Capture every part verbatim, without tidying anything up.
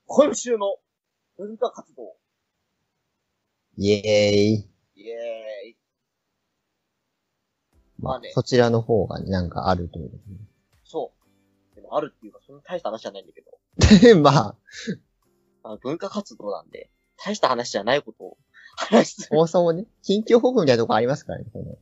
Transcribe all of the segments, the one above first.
今週の文化活動。 イエーイ。 イエーイ。 まあ、 まあねそちらの方がなんかあるということそう。でもあるっていうか、そんな大した話じゃないんだけど。 ね。まあ、 あの文化活動なんで、大した話じゃないことを話すそ。もそもね、緊急報告みたいなとこありますからね、この。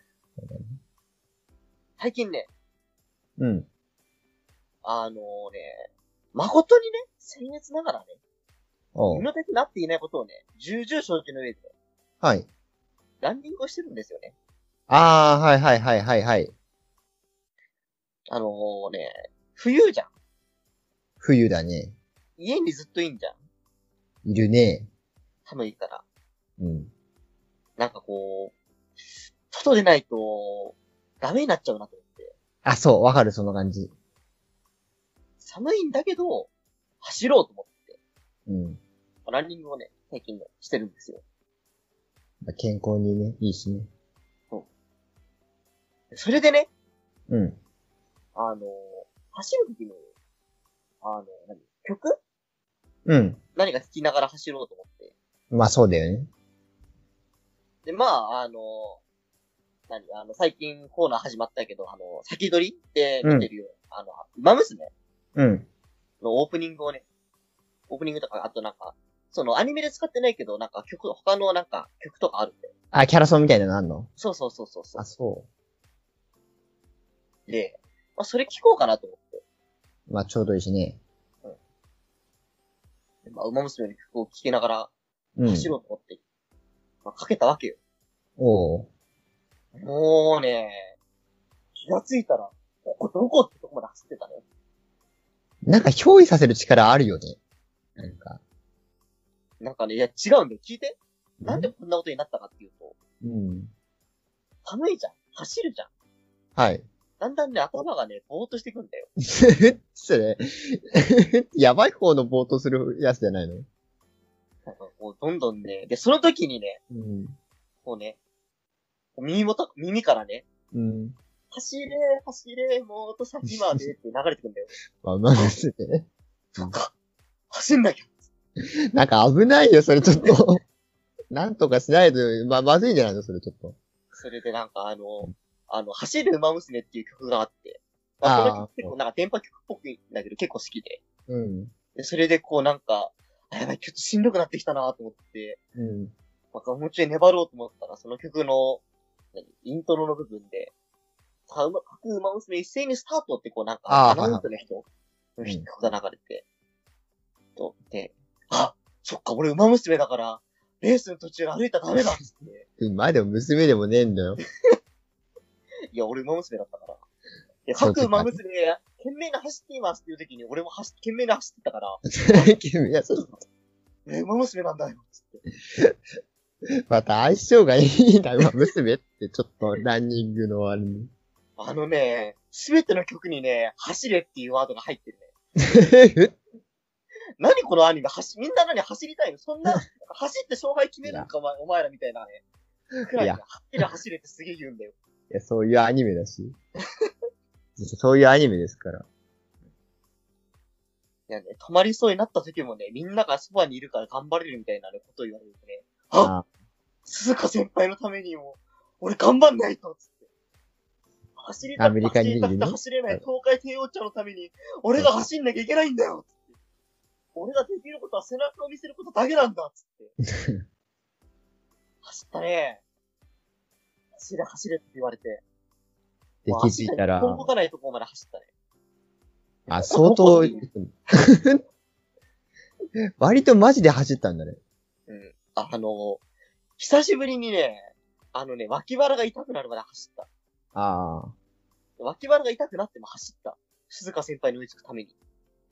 最近ね、 うん。 あのね、誠にね、僭越ながらね、 おう。 身の丈になっていないことをね、重々承知の上で、 はい。 ランニングをしてるんですよね。 あー、はいはいはいはいはい。 あのね、冬じゃん。 冬だね。 家にずっといいんじゃん。 いるね。 寒いから。 うん。 なんかこう、外出ないと、ダメになっちゃうなと思って。 あ、そう、わかる、その感じ。 寒いんだけど、走ろうと思って、 うん。 ランニングをね、最近ね、してるんですよ。 健康にね、いいしね。 それでね、 うん。 あの、走るときに、あの、何曲うん。 何か聴きながら走ろうと思って。 まあそうだよね。 で、まあ、あの、何あの、最近コーナー始まったけど、あの、先取りって見てるよ。あの、馬娘うん。 のオープニングをね、オープニングとか、あとなんか、そのアニメで使ってないけど、なんか曲、他のなんか曲とかあるんだよ。 あ、キャラソンみたいなのあんの？ そうそうそうそうそう。 あ、そで、まあ、それ聞こうかなと思って。 う。まあちょうどいいしね。 でまあ、馬娘の曲を聴きながらうん。 走ろうと思って、まあ、かけたわけよ。 おう。 もうね、気がついたら、ここどこってとこまで走ってたね。 なんか憑依させる力あるよね。なんか。 なんかね、いや違うんだよ。聞いて。なんでこんなことになったかっていうと、 うん。 寒いじゃん。走るじゃん。 はい。 だんだんね、頭がね、ぼーっとしてくんだよ。 それ、やばい方の冒頭するやつじゃないの？ なんかこう、どんどんね、で、その時にね、 うん。 こうね、耳元、耳からね、 うん。 走れ、走れ、もっと先までって流れてくんだよ。 まあ、まあですね。 そっか。走んなきゃ。 なんか危ないよ、それちょっと。なんとかしないと、まあ、まずいんじゃないのそれちょっと。 それでなんかあの、あの、走る馬娘っていう曲があって、まあ、この曲結構なんか電波曲っぽくんだけど結構好きで。 うん。 で、それでこうなんか、あ、やばい、ちょっとしんどくなってきたなと思って、 うん。 なんかもうちょい粘ろうと思ったら、その曲の、何イントロの部分で、さあ、馬、各馬娘一斉にスタートってこうなんか、 あーアナウンスの人のはいはい曲が流れて、と、で、あ、そっか、俺馬娘だから、レースの途中歩いたらダメだっつって。 前でも娘でもねえんだよ。 いや、俺馬娘だったから。いや、 そう各馬娘、懸命に走っていますっていう時に、俺も走懸命に走ってたから、 いや、そうえ、馬娘なんだよ、つって。 また相性がいいな、馬娘ってちょっとランニングのあれに。 あのね、すべての曲にね、走れっていうワードが入ってるね。何このアニメ、走、みんな何走りたいのそんな、走って勝敗決めるのか、お前お前らみたいなね。くらいいや走れ走れってすげえ言うんだよ。 いや、そういうアニメだし。そういうアニメですから。 いやね、止まりそうになった時もね、みんながそばにいるから頑張れるみたいなね、ことを言われるとね、ああ鈴鹿先輩のためにも、俺頑張んないと、つって。走りたくてアメリカにいるね走りたくて走れない東海帝王茶のために、俺が走んなきゃいけないんだよ、つって。俺ができることは背中を見せることだけなんだ、つって。走ったね。走れ走れって言われて。 で気づいたらもう足が一本動かないところまで走ったね。 あ、相当、割とマジで走ったんだね。 うん。あ、あの、久しぶりにね、あのね、脇腹が痛くなるまで走った。 ああ。 脇腹が痛くなっても走った。鈴鹿先輩に追いつくために。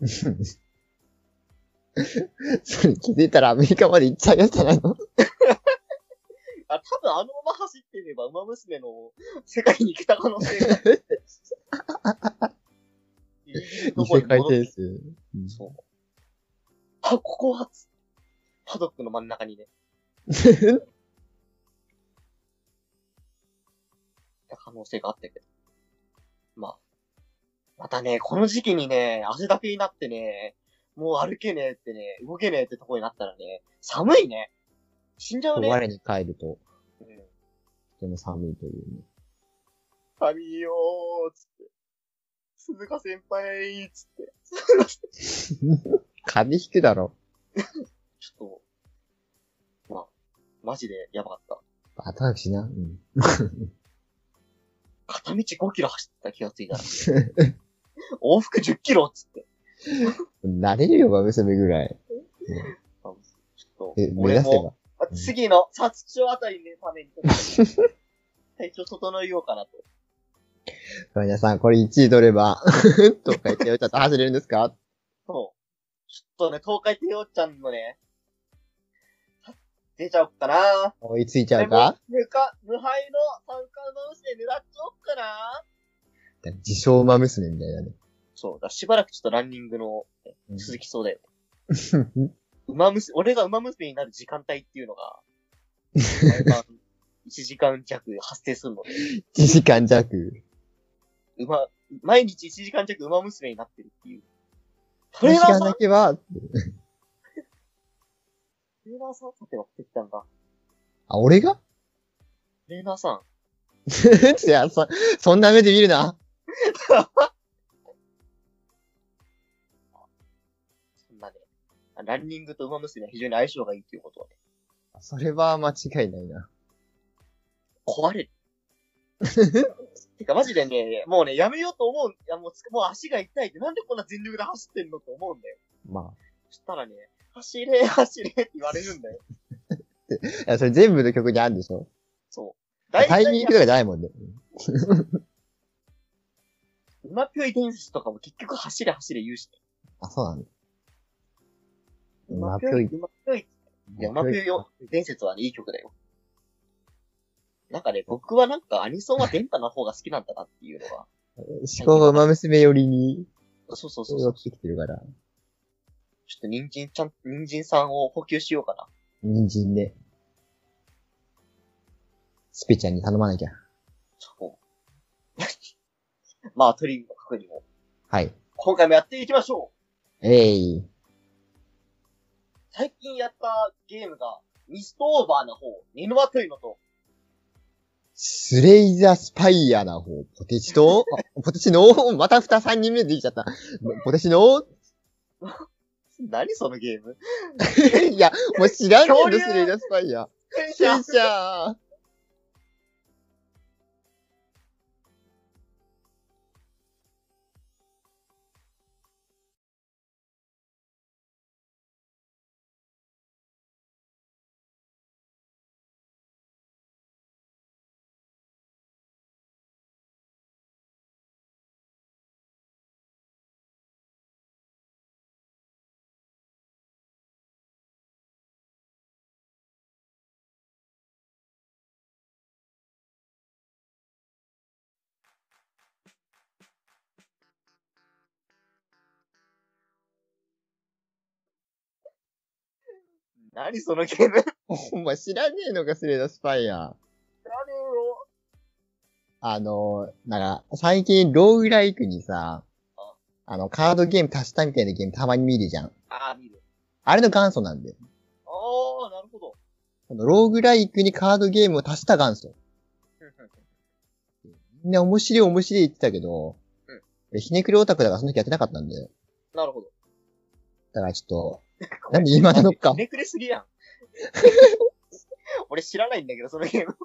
それ気づいたらアメリカまで行っちゃうやつじゃないの？ あ、多分あのまま走ってれば、馬娘の世界に来た可能性が。 異世界転生。 そう。あ、ここは、パドックの真ん中にね。可能性があったけど。まあ。またね、この時期にね、汗だくになってね、 もう歩けねえってね、動けねえってとこになったらね、寒いね。死んじゃうね。 我に帰ると、 うん、 とても寒いというね。 寒いよー、つって。鈴鹿先輩、つって。 風邪ひくだろ。 ちょっと、まあ、マジでやばかった。 バターしな。うん。 片道ごキロ走った気がついたら。往復じゅっキロっつって。 慣れるよ、馬娘ぐらい。 ちょっと、 え、目指せば。 次の薩長あたりのために、体調整えようかなと。 皆さん、これいちい取れば、とか言ってよ、ちょっと走れるんですか？ そう。ちょっとね、東海帝王ちゃんのね、出ちゃおっかな。 追いついちゃうか？ 無か、無敗の三冠馬娘狙っちゃおっかな。 自称馬娘みたいなね。 そうだ、しばらくちょっとランニングの、ね、続きそうだよね。馬娘、俺が馬娘になる時間帯っていうのが、毎晩いちじかん弱発生するので。 いちじかん弱。 馬、毎日いちじかん弱馬娘になってるっていう。 トレーナーさんだけは、 トレーナーさんさてはってきたんだ。 あ、俺が？ トレーナーさん。 いや、そ、そんな目で見るな。 そんなね。ランニングと馬娘は非常に相性がいいっていうことはね。 それは間違いないな。 壊れる。てかマジでね、もうね、やめようと思う。いやもうつ、もう足が痛いって、なんでこんな全力で走ってんのって思うんだよ。 まあ。 そしたらね、走れ、走れって言われるんだよ。 いや、それ全部の曲にあるんでしょ？ そう。 タイミングとかじゃないもんね。 馬ぴょい伝説とかも結局走れ走れ言うしね。 あ、そうなんだ。 馬ぴょい、馬ぴょい。いや、馬ぴょいよ伝説はね、いい曲だよ。なんかね、僕はなんかアニソンは電波の方が好きなんだなっていうのが。 思考が馬娘寄りに。 そうそうそうそう。 寄ってきてるから。 ちょっと人参ちゃん、人参さんを補給しようかな。 人参ね。スペちゃんに頼まなきゃ。 そう。まあ、トリムの確認も。 はい。 今回もやっていきましょう。えい。 最近やったゲームが、ミストオーバーの方、ニノワトイのと、 スレイザースパイアな方、ポテチと、ポテチの、また二、三人目できちゃった。ポテチの、 何そのゲームいや、もう知らんねんの、スレイザースパイア。 戦戦車何そのゲームお前知らねえのか、スレイザースパイア。 知らねえよ。 あの、なんか、最近ローグライクにさ、あの、カードゲーム足したみたいなゲームたまに見るじゃん。 ああ、見る。 あれの元祖なんだよ。 ああ、なるほど。 このローグライクにカードゲームを足した元祖。みんな面白い面白い言ってたけど、うん、ひねくれオタクだからその時やってなかったんだよ。 なるほど。 だからちょっと、なんで今なのか。 ひねくれすぎやん。俺知らないんだけど、そのゲーム。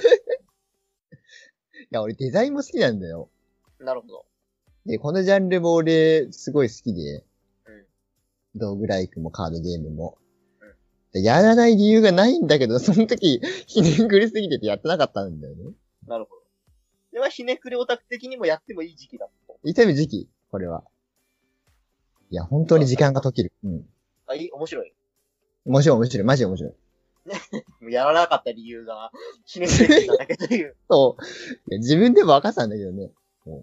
いや、俺デザインも好きなんだよ。 なるほど。 で、このジャンルも俺、すごい好きで。 うん。 ローグライクもカードゲームも。 うん。 やらない理由がないんだけど、その時、ひねくれすぎててやってなかったんだよね。 なるほど。では、ひねくれオタク的にもやってもいい時期だと。 痛む時期、これは。いや、本当に時間が解ける。うん。 あ、いい、面白い。 面白い、面白い。マジで面白い。 やらなかった理由が、ひねくれてただけという。 そう。いや、自分でも分かったんだけどね。も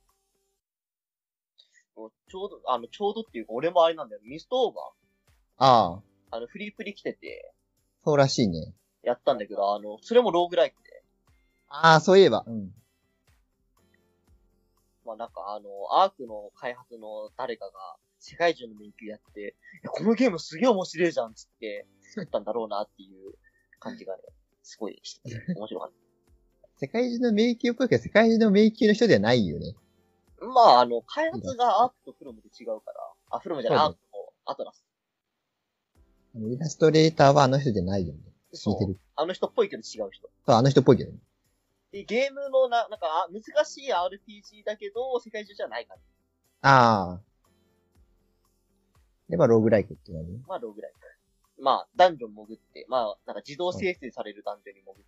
うちょうど、あの、ちょうどっていうか、俺もあれなんだよ。ミストオーバーああ。 あの、フリープリ来てて。 そうらしいね。 やったんだけど、あの、それもローグライクで。 ああ、そういえば。うん。 まあなんか、あの、アークの開発の誰かが、 世界中の迷宮やって、いやこのゲームすげえ面白いじゃんつって作ったんだろうなっていう感じがね、すごいしてて面白かった。 世界中の迷宮っぽいけど、世界中の迷宮の人ではないよね。 まあ、あの、開発がアートとフロムで違うから、あ、フロムじゃない、アートとアトラス。 イラストレーターはあの人じゃないよね。 そう。似てる。あの人っぽいけど違う人。 そう、あの人っぽいけどね。 で、ゲームのな、なんか、難しい アールピージー だけど、世界中じゃない感じ。 ああ。で、まあ、ローグライクってなるね。 まあ、ローグライク。まあ、ダンジョン潜って、まあ、なんか自動生成されるダンジョンに潜って、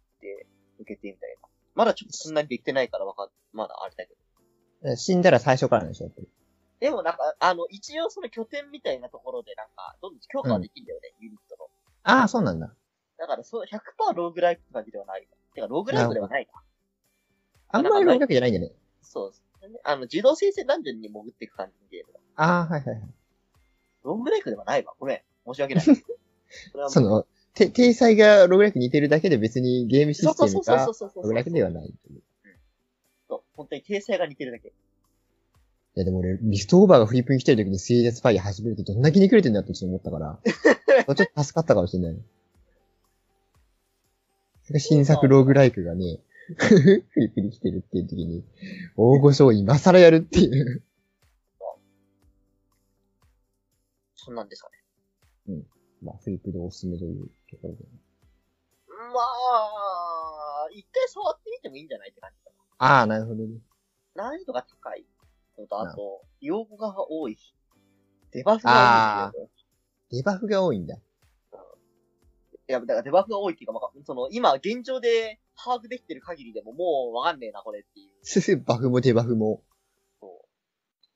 受けてみたいな。まだちょっとそんなにできてないからわかん、まだあれだけど。死んだら最初からでしょ、やっぱり。 でもなんか、あの、一応その拠点みたいなところでなんか、どんどん強化できるんだよね、うん、ユニットの。 ああ、そうなんだ。 だから、そう、ひゃくパーセントローグライクって感じではない。てか、ローグライクではないな。 あんまりローグライクじゃないんだね。 そうですね。あの、自動生成ダンジョンに潜っていく感じのゲームだ。 ああ、はいはいはい。 ローグライクではないわ。ごめん。申し訳ない。 その、て、体裁がログライクに似てるだけで別にゲームシステムがログライクではない。 そう、本当に体裁が似てるだけ。いやでも俺、リストオーバーがフリップに来てる時にスリーディースパイ始めるとどんな気にくれてんだってちょっと思ったから、ちょっと助かったかもしれない。それ新作ローグライクがね、フリップに来てるっていう時に、大御所を今更やるっていう。 そんなんですかね。 うん。まあ、フリップでおすすめというところで。 まあ、一回触ってみてもいいんじゃないって感じかな。ああ、なるほどね。 難易度が高いのと、あと、用語が多い。デバフが多いんだよ。 デバフが多いんだ。 うん、いや、だからデバフが多いっていうか、まあ、その、今、現状で把握できてる限りでももうわかんねえな、これっていう。 バフもデバフも。 そう。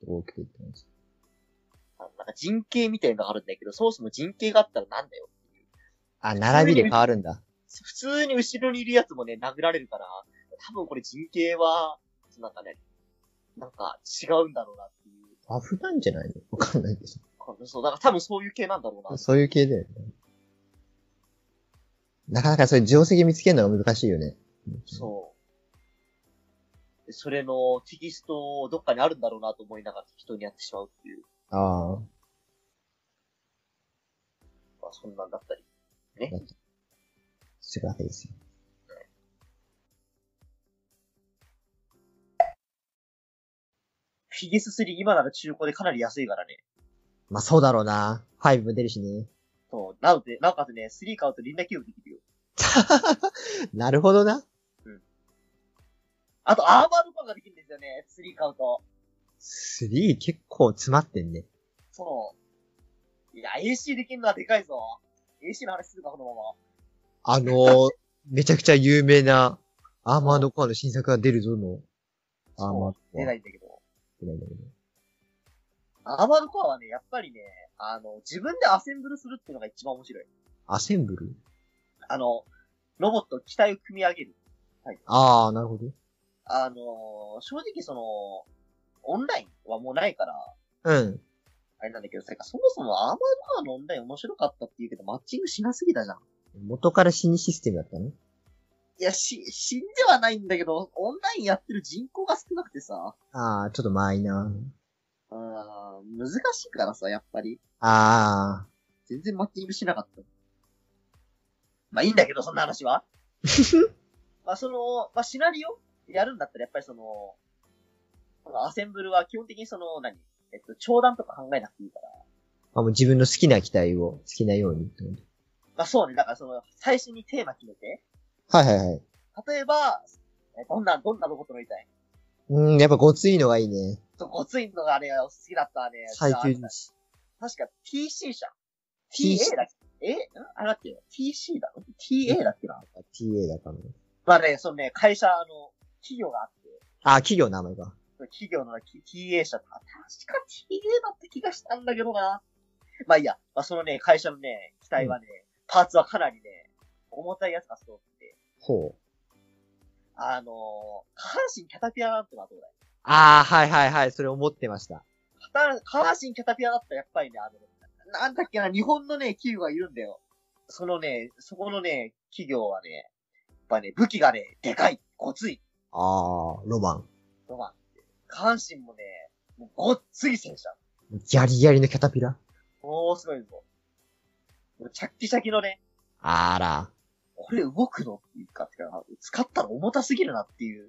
大きく言ってます。 なんか人形みたいなのがあるんだけど、そもそも人形があったらなんだよっていう。 あ、並びで変わるんだ。 普通に後ろにいるやつもね、殴られるから、多分これ人形は、なんかね、なんか違うんだろうなっていう。 バフなんじゃないのわかんないけど。 そう、だから多分そういう系なんだろうな。 そういう系だよね。なかなかそういう定石見つけるのが難しいよね。 そう。それのテキストどっかにあるんだろうなと思いながら適当にやってしまうっていう。 ああ。 まあそんなんだったり。ね。 するわけですよ。 フィギススリー今なら中古でかなり安いからね。 まあそうだろうな。ファイブも出るしね。 そう。なので、なおかつね、スリー買うとリンダキューブできるよ。 なるほどな。 うん。あと、アーマードコアができるんですよね、スリー買うと。 スリー結構詰まってんね。 そう。いや、エーシー できるのはでかいぞ。エーシー の話するか、このまま。 あのー、めちゃくちゃ有名なアーマードコアの新作が出るぞの。 アーマードコア。出ないんだけど。 出ないんだけど。 アーマードコアはね、やっぱりね、あの、自分でアセンブルするっていうのが一番面白い。 アセンブル？ あの、ロボット、機体を組み上げる。 はい。ああ、なるほど。 あの、正直その、オンラインはもうないから。 うん。 あれなんだけど、それか、そもそもアーマードコアのオンライン面白かったって言うけど、マッチングしなすぎたじゃん。 元から死にシステムだったの？ いや、し、死んではないんだけど、オンラインやってる人口が少なくてさ。 ああ、ちょっとマイナー。 ー。 あー、難しいからさ、やっぱり。 ああ。 全然マッチングしなかった。まあいいんだけど、そんな話は。まあその、まあシナリオやるんだったらやっぱりその、アセンブルは基本的にその、何えっと、長弾とか考えなくていいから。 あ、もう自分の好きな機体を好きなように。 まあそうね、だからその、最初にテーマ決めて。 はいはいはい。 例えば、えどんな、どんなロボット乗りたい？ うーん、やっぱごついのがいいね。 そう、ごついのがね、好きだったね。 最強に。 確か ティーシー 社。ティーエー だっけ？えんあれだっけ？ ティーシー だろ？ ティーエー だっけな？ ティーエー だからね。 まあね、そのね、会社の、企業があって。 あ、企業の名前が。 企業の ティーエー 社とか、確か ティーエー だった気がしたんだけどな。まあいいや、まあそのね、会社のね、機体はね、うん、パーツはかなりね、重たいやつが揃って。 ほう。 あのー、下半身キャタピアなんてのはどうだい？ ああ、はいはいはい、それ思ってました。 下半身キャタピアだったらやっぱりね、あの、なんだっけな、日本のね、企業がいるんだよ。そのね、そこのね、企業はね、やっぱね、武器がね、でかい、ごつい。 ああ、ロマン。 ロマン。下半身もね、もうごっつい戦車。 ギャリギャリのキャタピラ。 おー、すごいぞ。もうチャッキチャキのね、 あら。 これ動くのっていうか、てか使ったら重たすぎるなっていう。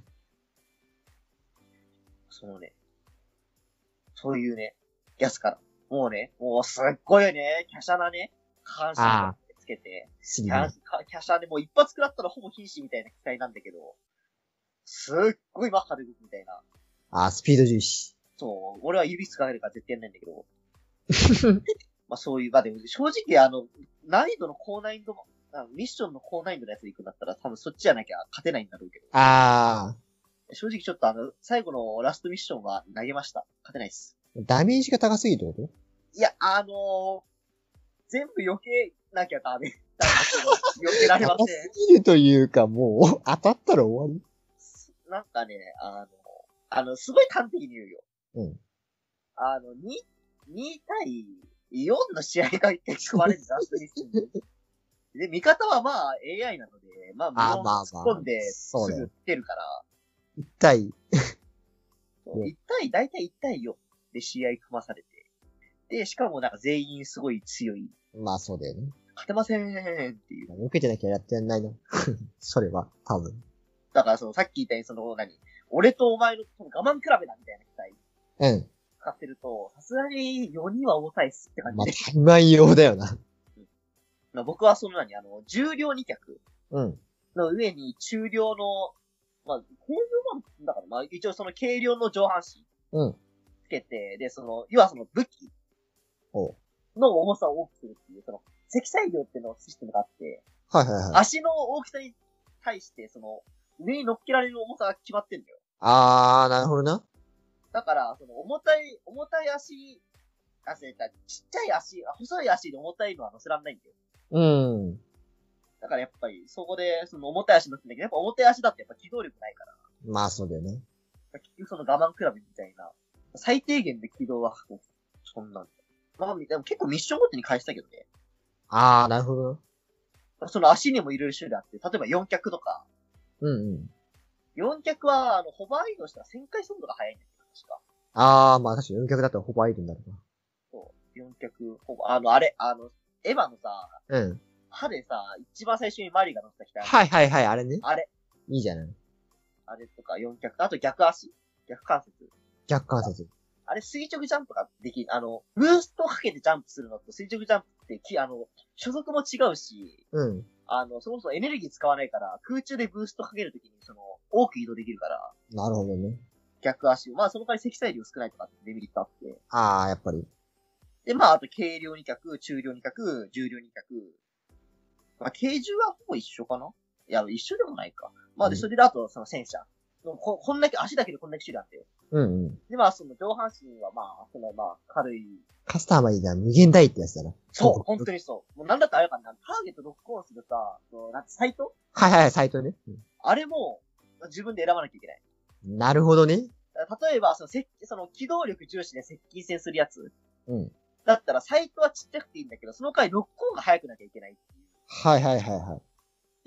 そのね、そういうね、やつから。もうね、もうすっごいね、華奢なね、下半身つけて、キャ華奢でもう一発食らったらほぼ瀕死みたいな機体なんだけど、すっごいマッハで動くみたいな。 あー、スピード重視。 そう、俺は指使えるから絶対やんないんだけど。まあそういう、まあでも正直あの、難易度の高難易度、ミッションの高難易度のやつで行くんだったら多分そっちじゃなきゃ勝てないんだろうけど。 あー。正直ちょっとあの、最後のラストミッションは投げました。勝てないっす。 ダメージが高すぎるってこと？ いや、あのー、全部避けなきゃダメ。避けられません。 高すぎるというかもう、当たったら終わり。 なんかね、あの、あの、すごい端的に言うよ。 うん。 あの、に、に対よんの試合が一回組まれるラストミッションで。で、味方はまあ エーアイ なので、まあ、無論突っ込んですぐ来てるから。 一対。 一対、だいたいいち対よんで試合組まされて。で、しかもなんか全員すごい強い。 まあそうだよね。 勝てませんっていう。 受けてなきゃやってやんないの。それは、多分。 だからその、さっき言ったようにその、何俺とお前のその我慢比べだみたいな機体。 うん。 使ってると、さすがによにんは重たいっすって感じで。 まあ、タイマン用だよな。 うん、まあ、僕はその何あの、重量に脚。 うん。 の上に中量の、まあ、軽量なんだから、まあ、一応その軽量の上半身。 うん。 つけて、で、その、要はその武器。の重さを大きくするっていう、その、積載量っていうのシステムがあって、 はいはいはい。 足の大きさに対して、その、上に乗っけられる重さが決まってんだよ。 あー、なるほどな。 だから、その、重たい、重たい足、あ、せた、ちっちゃい足、細い足で重たいのは乗せらんないんだよ。 うん。 だからやっぱり、そこで、その重たい足乗せんだけど、やっぱ重たい足だってやっぱ機動力ないから。 まあそうだよね。 結局その我慢比べみたいな、最低限で軌道は、そんなんだ。まあ、でも結構ミッションごとに返したけどね。 あー、なるほど。 その足にもいろいろ種類あって、例えば四脚とか。 うんうん。 四脚は、あの、ホバー移動したら旋回速度が速いんだけど、確か。 あー、まあ確かに四脚だったらホバーアイドになるな。 そう。四脚、ホバー、あの、あれ、あの、エヴァのさ、 うん。 歯でさ、一番最初にマリが乗った機体。 はいはいはい、あれね。 あれ。 いいじゃない。 あれとか四脚。あと逆足。逆関節。 逆関節。 あれ、垂直ジャンプができる。あの、ブーストをかけてジャンプするのと垂直ジャンプってき、あの、所属も違うし、 うん。 あの、そもそもエネルギー使わないから、空中でブーストかけるときに、その、多く移動できるから。 なるほどね。 逆足。まあ、その代わり積載量少ないとかってデメリットあって。 あー、やっぱり。 で、まあ、あと、軽量に脚、中量に脚、重量に脚。まあ、軽重はほぼ一緒かないや、一緒でもないか。まあ、で、それであと、その戦車。こ、こんだけ、足だけでこんだけ種類あって。 うんうん。 で、まあ、その上半身はまあ、そのまあ、軽い。 カスタマイズは無限大ってやつだな。 そう、本当にそう。もうなんだったらあれかな、ターゲットロックオンするさ、そのなんてサイトはいはい、サイトね。うん、 あれも、自分で選ばなきゃいけない。 なるほどね。 例えば、その、せその、機動力重視で接近戦するやつ。 うん。 だったら、サイトはちっちゃくていいんだけど、その回ロックオンが速くなきゃいけないっていう。 はいはいはいはい。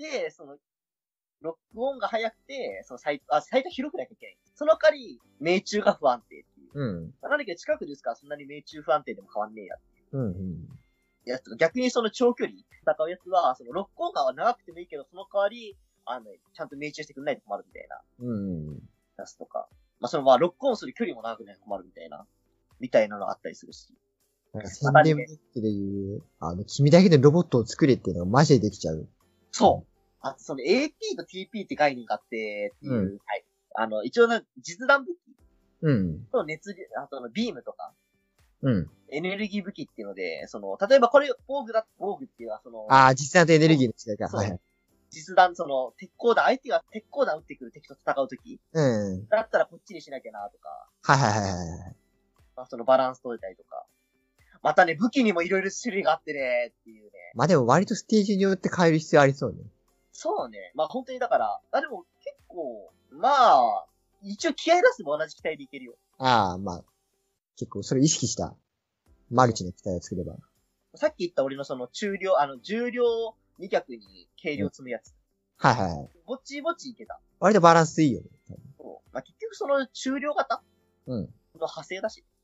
で、その、ロックオンが速くて、そのサイト、あ、サイト広くなきゃいけない。その代わり、命中が不安定っていう。 うん。 なんだけど近くですからそんなに命中不安定でも変わんねえやっていう。 うんうん。 やつ逆にその長距離戦うやつは、そのロックオンが長くてもいいけど、その代わり、あの、ちゃんと命中してくんないと困るみたいな。 うん。 やつとか。まあ、そのまあ、ロックオンする距離も長くないと困るみたいな。みたいなのがあったりするし。 なんか宣伝ブックで言う、あの、君だけでロボットを作れっていうのがマジでできちゃう。 そう。あと、その エーピー と ティーピー って概念があって、っていう、うん、はい。あの、一応の実弾武器。 うん。 と熱、あとのビームとか。 うん。 エネルギー武器っていうので、その、例えばこれ、防具だ、防具っていうのは、その、 ああ、実弾とエネルギーの違いか。 はい。実弾、その、鉄鋼弾、相手が鉄鋼弾撃ってくる敵と戦うとき。 うん。 だったらこっちにしなきゃなとか。 はいはいはいはい。 まあ、そのバランス取れたりとか。またね、武器にもいろいろ種類があってね、っていうね。 まあでも割とステージによって変える必要ありそうね。 そうね。まあ本当にだから、あ、でも結構、まあ、一応気合出せば同じ機体でいけるよ。 ああ、まあ、結構それ意識したマルチの機体を作れば。 さっき言った俺のその中量、あの、重量に脚に軽量積むやつ。 うん、はいはいはい。 ぼちぼちいけた。 割とバランスいいよね。 そう。まあ結局その中量型うん。 の派生だし。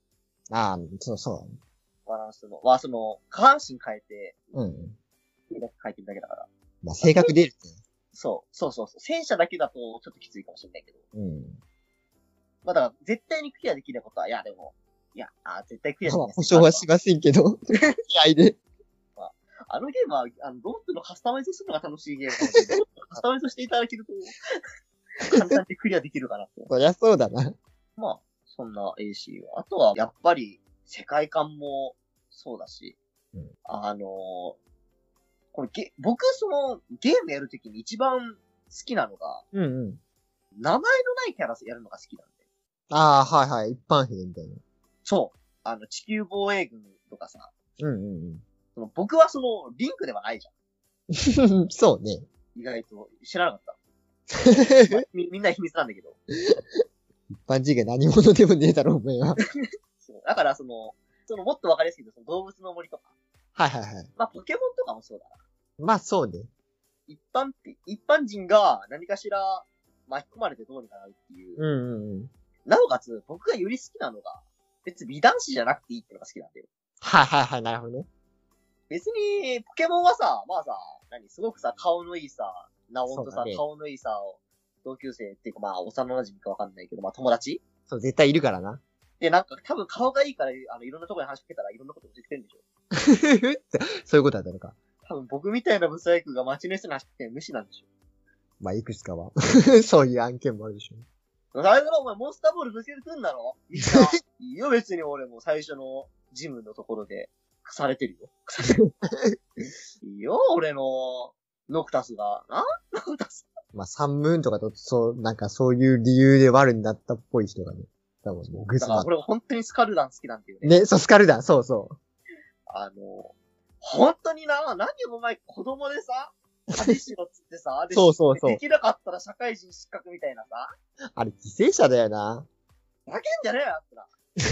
ああ、そうそうだね。 バランスの。は、その、下半身変えて、 うん。 手だけ変えてるだけだから。 まあ、性格出るって。 そう、そうそうそう。戦車だけだとちょっときついかもしれないけど。 うん。 まあだから、絶対にクリアできることは、いや、でも、いや、あ絶対クリアできない。 まあ、保証はしませんけど。気合で。 まあ、あのゲームは、あの、ロープのカスタマイズするのが楽しいゲームなので、ロープのカスタマイズしていただけると、簡単にクリアできるかなと。 そりゃそうだな。 まあ、そんな エーシー は。あとは、やっぱり、世界観もそうだし、 うん、 あのー、これゲ、僕、その、ゲームやるときに一番好きなのが、 うんうん。 名前のないキャラやるのが好きなんで。 ああ、はいはい。一般兵みたいな。 そう。あの、地球防衛軍とかさ。 うんうんうん。 その僕はその、リンクではないじゃん。そうね。 ん。意外と。知らなかった。まあ、み、みんな秘密なんだけど。 一般人が何者でもねえだろ、お前は。 そう。だからその、そのもっとわかりやすいけど、その動物の森とか。 はいはいはい。 まあ、ポケモンとかもそうだな。 まあそうね。 一般、一般人が何かしら巻き込まれてどうにかなるっていう。 うんうんうん。 なおかつ、僕がより好きなのが、別に美男子じゃなくていいっていうのが好きなんだよ。 はいはいはい、なるほどね。 別に、ポケモンはさ、まあさ、何、すごくさ、顔のいいさ、ナオンとさ、ね、顔のいいさ、同級生っていうかまあ、幼馴染かわかんないけど、まあ友達そう、絶対いるからな。 で、なんか多分顔がいいから、あの、いろんなところに話しかけたらいろんなこと教えてくれるんでしょ。 そういうことだったのか。 多分僕みたいなブサイクが街の人に話しかけて無視なんでしょ。 まあ、いくつかは。そういう案件もあるでしょ。 あれだろ、お前モンスターボールぶつけてくんだろいいかいいよ、別に俺も最初のジムのところで、腐れてるよ。いいよ、俺の、ノクタスが。なノクタス。 まあ、サンムーンとかと、そう、なんかそういう理由で悪になったっぽい人がね。多分もうグスマン。 だから俺本当にスカルダン好きなんていうね。ね、そう、スカルダン、そうそう。 あの、本当にな、何お前子供でさ、旅しろっつってさ、 そうそうそう。 できなかったら社会人失格みたいなさ。 あれ、犠牲者だよな。 ふざけんじゃねえよってな。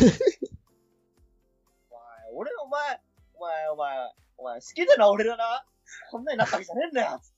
お前、俺、お前、お前、お前、お前、好きだな、俺だな。こんなに仲いいじゃねえんだよつって。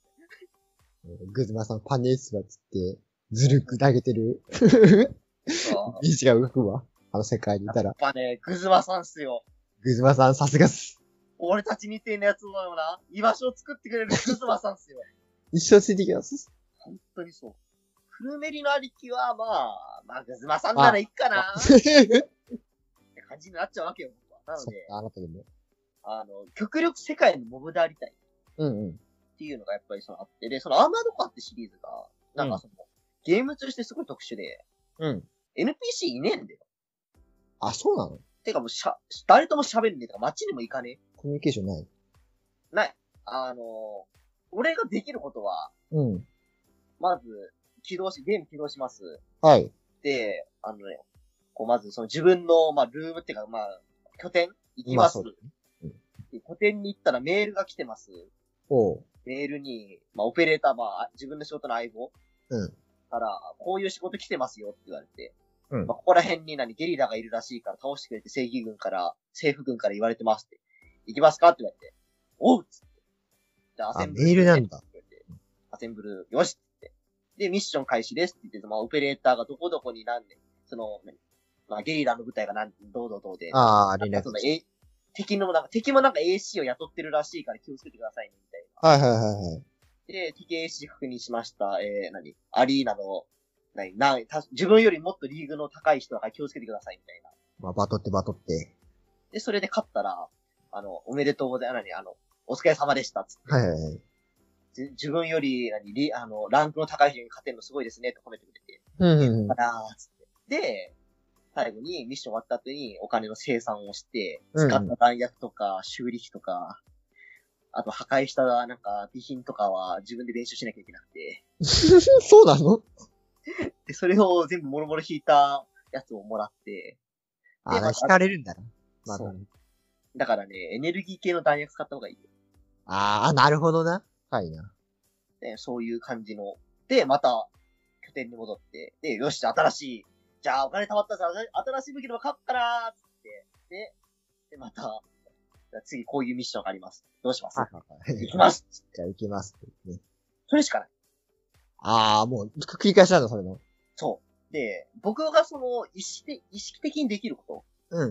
グズマさんパネースはつって、ずるく投げてる。そう。意志が動くわ。あの世界にいたら。 やっぱね、グズマさんっすよ。 グズマさんさすがっす。 俺たちみてえなやつのような、居場所を作ってくれるグズマさんっすよ。 一生ついてきます。 本当にそう。フルメリのありきは、まあ、まあ、グズマさんならいいかな。って感じになっちゃうわけよ、僕は。なので、 あなたでも。 あの、極力世界のモブでありたい。 うんうん。 っていうのがやっぱりそのあって、で、そのアーマードコアってシリーズが、なんかその、うん、ゲームとしてすごい特殊で、 うん。 エヌピーシー いねえんだよ。 あ、そうなの？ てかもうしゃ、誰とも喋んねえとか街にも行かねえ。 コミュニケーションない？ ない。あの、俺ができることは、 うん。 まず、起動し、ゲーム起動します。 はい。 で、あのね、こうまずその自分の、まあ、ルームっていうか、まあ、拠点行きます。まあうん、で拠点に行ったらメールが来てます。 おう。 メールに、まあ、オペレーター、まあ、自分の仕事の相棒。 うん。 から、こういう仕事来てますよって言われて。 うん。 まあ、ここら辺に何、ゲリラがいるらしいから倒してくれて正義軍から、政府軍から言われてますって。行きますかって言われて。おうっつって。じゃあ、アセンブル。 メールなんだ。 アセンブル、よしって。で、ミッション開始ですって言って、まあ、オペレーターがどこどこに何年、その、まあ、ゲリラの部隊が何、どうどうどうで。 ああ、連絡。 その、え、敵のなんか、敵もなんか エーシー を雇ってるらしいから気をつけてくださいね、みたいな。はいはいはいはい。 で、敵 エーシー 確認しました。えー、何アリーナの、何なた自分よりもっとリーグの高い人だから気をつけてください、みたいな。 まあ、バトってバトって。 で、それで勝ったら、あの、おめでとうございます。何あの、お疲れ様でした、つって。 はいはいはい。 自分より、何、リ、あの、ランクの高い人に勝てるのすごいですね、と褒めてくれて。 うんうんうん。 あらー、つって。で、最後にミッション終わった後にお金の生産をして、使った弾薬とか修理費とか、あと破壊したなんか備品とかは自分で練習しなきゃいけなくて。 そうなの？ で、それを全部もろもろ引いたやつをもらって。 あ、まあ、引かれるんだな。 まあ、そう。だからね、エネルギー系の弾薬使った方がいいよ。 ああ、なるほどな。はいな。 で、そういう感じの。で、また、拠点に戻って、で、よし、新しい、じゃあお金貯まったら新しい武器の買ったらーつって、で、で、また、次こういうミッションがあります。どうします？行きますじゃあ行きます、ね。 それしかない。 ああ、もう、繰り返しなんだ、それの。 そう。で、僕がその、意識的、意識的にできること。 うん。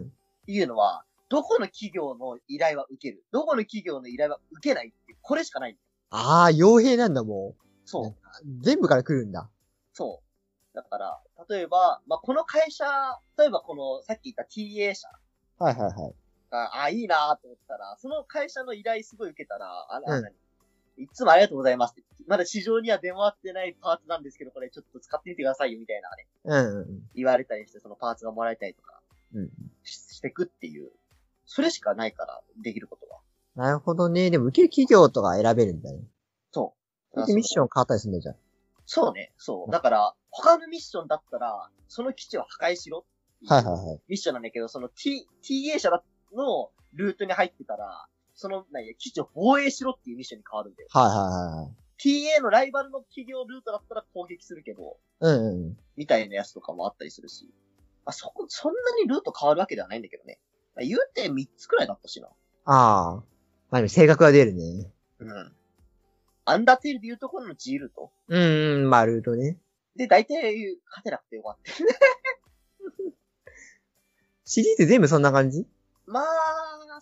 いうのは、どこの企業の依頼は受ける、どこの企業の依頼は受けないっていう、これしかないんだよ。 ああ、傭兵なんだ、もう。 そう。 全部から来るんだ。 そう。だから、例えば、まあ、この会社、例えばこの、さっき言った ティーエー 社はいはいはい。 が、あ、いいなと思ったら、その会社の依頼すごい受けたら、あの、 うん何いつもありがとうございますって。まだ市場には出回ってないパーツなんですけど、これちょっと使ってみてくださいよ、みたいなね。 うんうん言われたりして、そのパーツがもらえたりとかうん。うん。 ししてくっていう。それしかないから、できることは。 なるほどね。でも受ける企業とか選べるんだね。 そう。 それでミッション変わったりするんだじゃん。 そうね、そう。だから、他のミッションだったら、その基地を破壊しろっていうはいはいはい。 ミッションなんだけど、その T、ティーエー 社のルートに入ってたら、その、何や、基地を防衛しろっていうミッションに変わるんだよ。 はいはいはい。 ティーエー のライバルの企業ルートだったら攻撃するけど、 うんうん。 みたいなやつとかもあったりするし。まあ、そこ、そんなにルート変わるわけではないんだけどね。まあ、言うてみっつくらいだったしな。 ああ。まあでも性格が出るね。 うん。アンダーテールで言うところの G ルート。 うんうん、まあルートね。 で、大体勝てなくてよかった。 シリーズ全部そんな感じ？ まあ、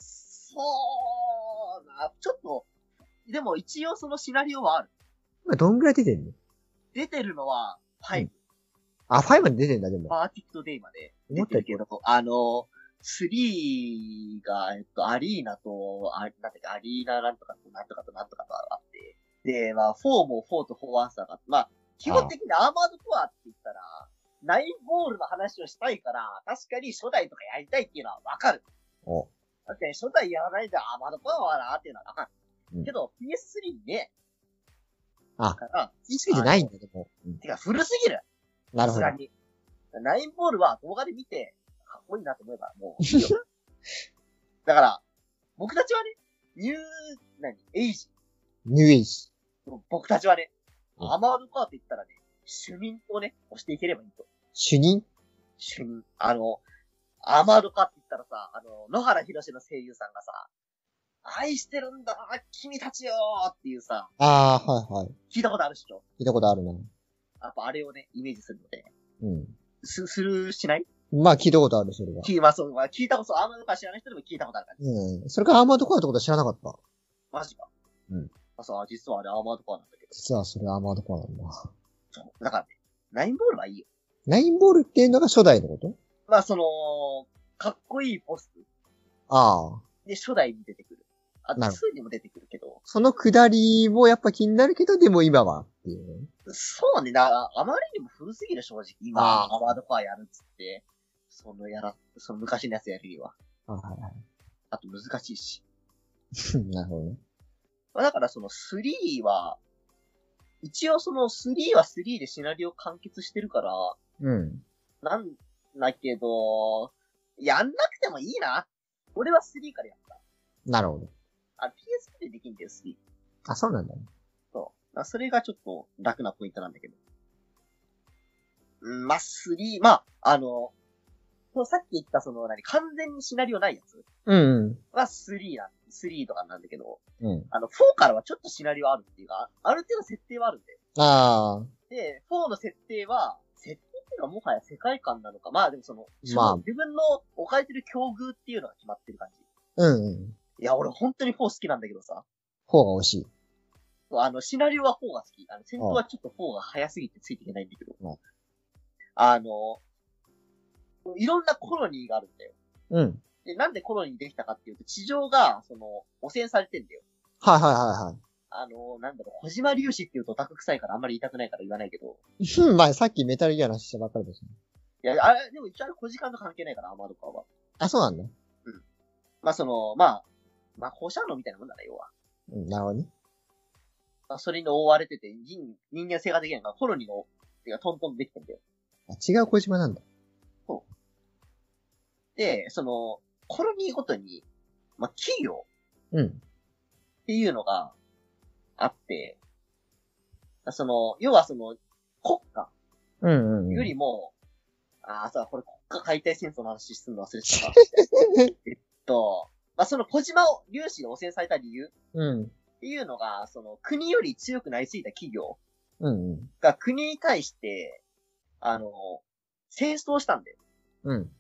そうな。ちょっと、でも一応そのシナリオはある。 今どんぐらい出てんの？ 出てるのは、ファイブ。 あ、ファイまで出てんだ、でも。 パーティクトデイまで出てるけど、あの、スリーが、えっと、アリーナと、あ、なんだっけ、アリーナなんとかと、なんとかと、なんとかとあって、で、まあ、フォーもフォーとフォーアンサーがあって、まあ、基本的にアーマードコアって言ったら、ナインボールの話をしたいから、確かに初代とかやりたいっていうのはわかる。 お。 だって初代やらないでアーマードコアはなっていうのはわかる。 うん、 けど、ピーエススリー にね、 あ、 から、 ピーエススリー じゃないんだ、でも。 うん、てか、古すぎる。 なるほど。 さすがに。ナインボールは動画で見て、かっこいいなと思えば、もういいよ。だから、僕たちはね、ニュー、何エイジ。 ニューエイジ。 僕たちはね、 うん、 アーマードコアって言ったらね、主任をね、押していければいいと。 主任？ 主任。あの、アーマードコアって言ったらさ、あの、野原宏の声優さんがさ、愛してるんだ、君たちよーっていうさ。 ああ、はいはい。 聞いたことあるっしょ？ 聞いたことあるな。 やっぱあれをね、イメージするので。 うん。 す、する、しない？ まあ聞いたことある、それは。 聞い、まあそう、まあ聞いたこと、アーマードコア知らない人でも聞いたことある感じ。 うん。それからアーマードコアってことは知らなかった。 マジか。 うん。 あ、そう、実はあれアーマードコアなんだけど。 実はそれアーマードコアなんだ。 そう。だからね、ナインボールはいいよ。 ナインボールっていうのが初代のこと？ まあその、かっこいいポスト。 ああ。 で、初代に出てくる。あと、 なるツーにも出てくるけど。 そのくだりもやっぱ気になるけど、でも今はっていうね。 そうね、な、あまりにも古すぎる正直。今、 あアーマードコアやるっつって。そのやら、その昔のやつやるには。 あはいはい。 あと難しいし。 なるほどね。 まあだからそのスリーは、一応そのスリーはスリーでシナリオ完結してるから、 うん。 なんだけど、やんなくてもいいな。俺はスリーからやった。 なるほど。 あ、ピーエスピー でできんだよ、スリー。 あ、そうなんだね。 そう。それがちょっと楽なポイントなんだけど。うん、まあ、スリー、まあ、あの、さっき言ったその、何、完全にシナリオないやつうんうん。 はスリーな、スリーとかなんだけど、 うん。 あの、フォーからはちょっとシナリオあるっていうか、ある程度設定はあるんだよ。 ああ。 で、フォーの設定は、設定っていうのはもはや世界観なのか、まあでもその、 まあ自分の置かれてる境遇っていうのが決まってる感じ。 うんうん。 いや、俺本当にフォー好きなんだけどさ。 フォーが惜しい。 あの、シナリオはフォーが好き。あの、戦闘はちょっとフォーが早すぎてついていけないんだけど。 うん、 あの、いろんなコロニーがあるんだよ。 うん。 で、なんでコロニーできたかっていうと、地上が、その、汚染されてんだよ。 はいはいはいはい。 あの、なんだろう、小島粒子っていうとオタク臭いからあんまり言いたくないから言わないけど。 うん、まあさっきメタルギアの話したばっかりですね。 いや、あれ、でも一応あれ小時間と関係ないから、アーマードコアは。 あ、そうなんだ。 うん。まあその、まあ、まあ放射能みたいなもんだね、要は。 うん、なるほどね。 まあそれに覆われてて、人、人間性ができないから、コロニーの、てかトントンできてんだよ。 あ、違う小島なんだ。 そう。で、その、コロニーごとに、まあ企業うん。 っていうのがあって、その、要はその、国家うんうんうん。 よりも、ああ、そう、これ国家解体戦争の話するの忘れてたか。えっと、まあ、その小島を粒子で汚染された理由うん。 っていうのが、その国より強くなりすぎた企業うんうん。 が国に対して、あの、戦争したんだよ。 うん。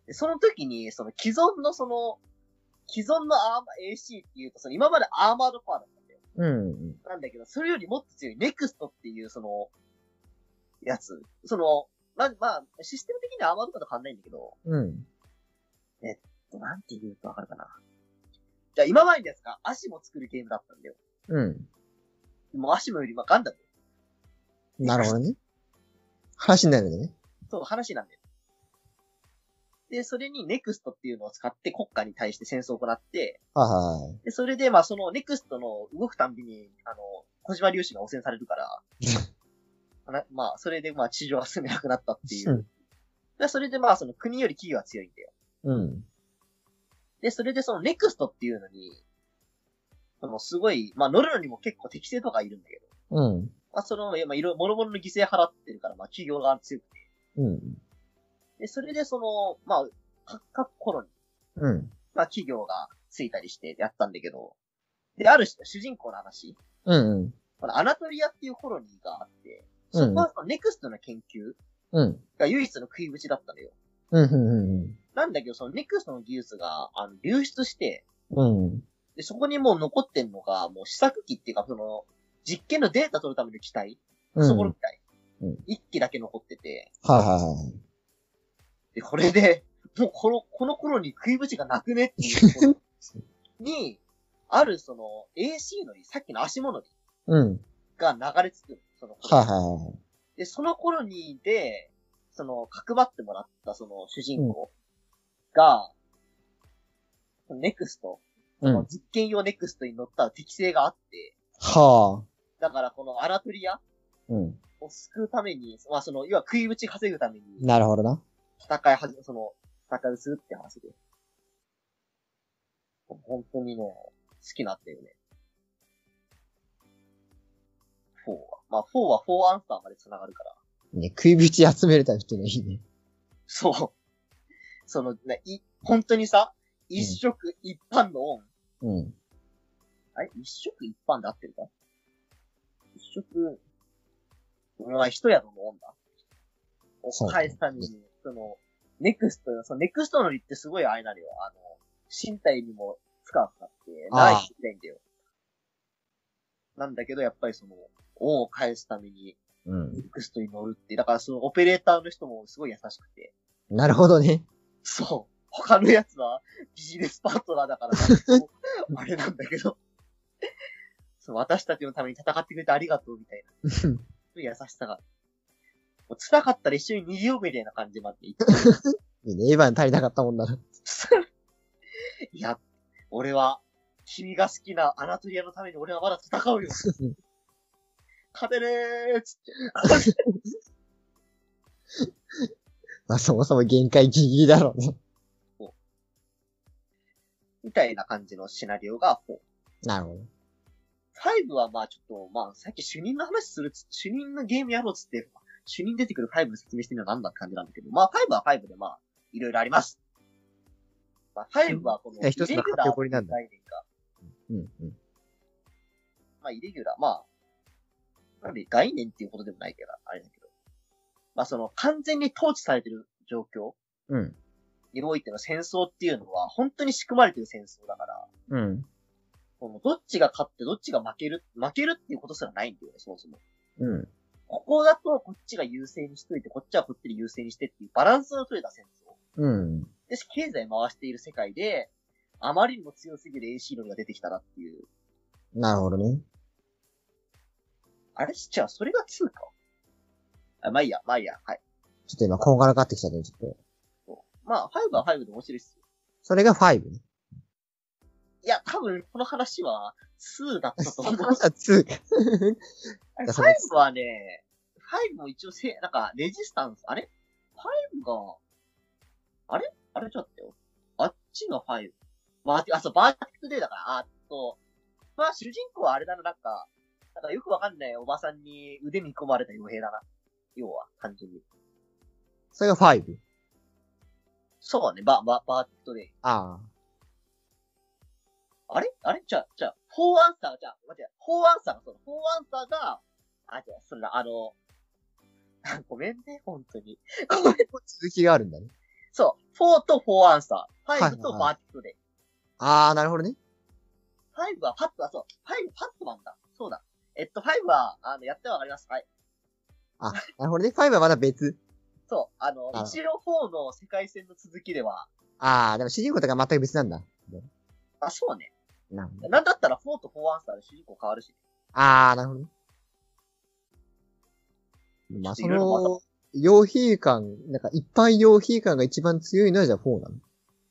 でその時に、その既存のその、既存のアーマー エーシー っていうと、その今までアーマードパワーだったんだよ。 うん。 なんだけど、それよりもっと強いネクストっていうその、やつ。その、ま、まあ、システム的にはアーマードパワーと変わんないんだけど、 うん。 えっと、なんて言うとわかるかな。じゃあ今までのやつが足も作るゲームだったんだよ。 うん。 もう足もよりまあガンダム。 なるほどね。話になるんだね。 そう、話なんだよ。で、それにネクストっていうのを使って国家に対して戦争を行って、 はいはい。 で、それでまあそのネクストの動くたんびに、あの、小島粒子が汚染されるから、なまあ、それでまあ地上が住めなくなったっていう。 うん。 で、それでまあその国より企業は強いんだよ。 うん。 で、それでそのネクストっていうのに、そのすごい、まあ乗るのにも結構適正とかいるんだけど、 うん。 まあその、まあいろいろ、諸々の犠牲払ってるから、まあ企業が強くて。 うん。 で、それでその、まあ、各各コロニー、 うん。 まあ企業がついたりしてやったんだけど、で、ある種主人公の話、 うん。 このアナトリアっていうコロニーがあって、そこはそのネクストの研究うん。 が唯一の食いぶちだったのよ。 うん。うん。 なんだけど、そのネクストの技術が、あの、流出して、 うん。 で、そこにもう残ってんのが、もう試作機っていうか、その、実験のデータ取るための機体、 うん。 そこみたい。 うん。 一機だけ残ってて、 はいはいはい。 で、これで、もうこの、この頃に食いぶちがなくねっていうところに、あるその エーシー のり、さっきの足物りうん。 が流れ着く。その頃はいはいはい。 で、その頃にで、その、角張ってもらったその主人公が、ネクスト、その実験用ネクストに乗った適性があって、 はあ。 だからこのアラトリアうん。 を救うために、まあその、要は食いぶち稼ぐために、 なるほどな。 戦いはじめ、その、戦いをするって話で。本当にね、好きなんだよね。フォーは。まあ、フォーはフォーアンサーまで繋がるから。 ね、食いぶち集めるタイプっていうのはいいね。 そう。その、ね、い、本当にさ、一色一般のオン。 うん。 あれ一色一般で合ってるか一色、まあ、一宿のオンだ。を返すために、その、ネクスト、そのネクストのりってすごいあれなのよ。あの、身体にも負荷がかかって、ないといけないんだよ。なんだけど、やっぱりその、オンを返すために、 うん。 ネクストに乗るって、だからそのオペレーターの人もすごい優しくて。 なるほどね。 そう。他のやつはビジネスパートナーだからあれなんだけどそう、私たちのために戦ってくれてありがとうみたいな。そういう優しさが。もう辛かったら一緒に逃げようみたいな感じまで言って。 いいね。エヴァン足りなかったもんだな。 いや、俺は、君が好きなアナトリアのために俺はまだ戦うよ。勝てねーっつって。 まあそもそも限界ギリギリだろうね。 みたいな感じのシナリオがよん。 なるほど。 ごはまあちょっと、まあさっき主任の話するつ、主任のゲームやろうっつって、主任出てくるごの説明してるのは何だって感じなんだけど、まあごはごでまあ、いろいろあります。まあごはこの、 一つのカテゴリーなんだ。 概念が。 うんうん。 まあイレギュラー、まあ、なんで概念っていうことでもないけど、あれだけど。まあその、完全に統治されてる状況。 うん。 においての戦争っていうのは、本当に仕組まれてる戦争だから、 うん。 このどっちが勝ってどっちが負ける、負けるっていうことすらないんだよね、そもそも。 うん。 ここだとこっちが優勢にしといて、こっちはこっちで優勢にしてっていうバランスの取れた戦争。 うん。 で、経済回している世界で、あまりにも強すぎる エーシー 論が出てきたなっていう。 なるほどね。 あれじゃあ、それがにか。あ、まあいいや、まあいいや、はい。 ちょっと今、こんがらがってきたね、ちょっと。 まあ、ごはごで面白いっすよ。 それがごね。 いや、多分、この話はにだったと思う。 この話はにか。 ごはね、ごも一応せ、なんか、レジスタンス、あれ ?ご が、あれあれちょっと待ってよ。あっちがご。バーティ、あ、そう、バーティクデーだから、あと、まあ、主人公はあれだな、なんか、なんかよくわかんないおばさんに腕見込まれた傭兵だな。要は、単純に。 それがご。 そうね、バ、バ、バーティクトデイ。 ああれあれじゃあ、じゃあ、フォーアンサー、じゃあ、待って、フォーアンサーがそうだ、フォーアンサーが、あ、じゃあ、それだ、あの、ごめんね、本当に。ごめん。 続きがあるんだね。 そう、フォーとフォーアンサー。 はいファイブとバーティクトで。 あー、なるほどね。 ファイブはパットはそう。ファイブパットマンだ。そうだ。えっと、ファイブは、あの、やってわかります。はい。 あ、なるほどね。ファイブはまだ別。 そう。あの、 あ一応フォーの世界戦の続きでは、 あー、でも主人公とか全く別なんだ。 あ、そうね。 なるほど。 なんだったらフォーとフォーアンサーで主人公変わるし。 あー、なるほどね。まあ、そいろいろまたの、傭兵感、なんか一般傭兵感が一番強いのはじゃあフォーなの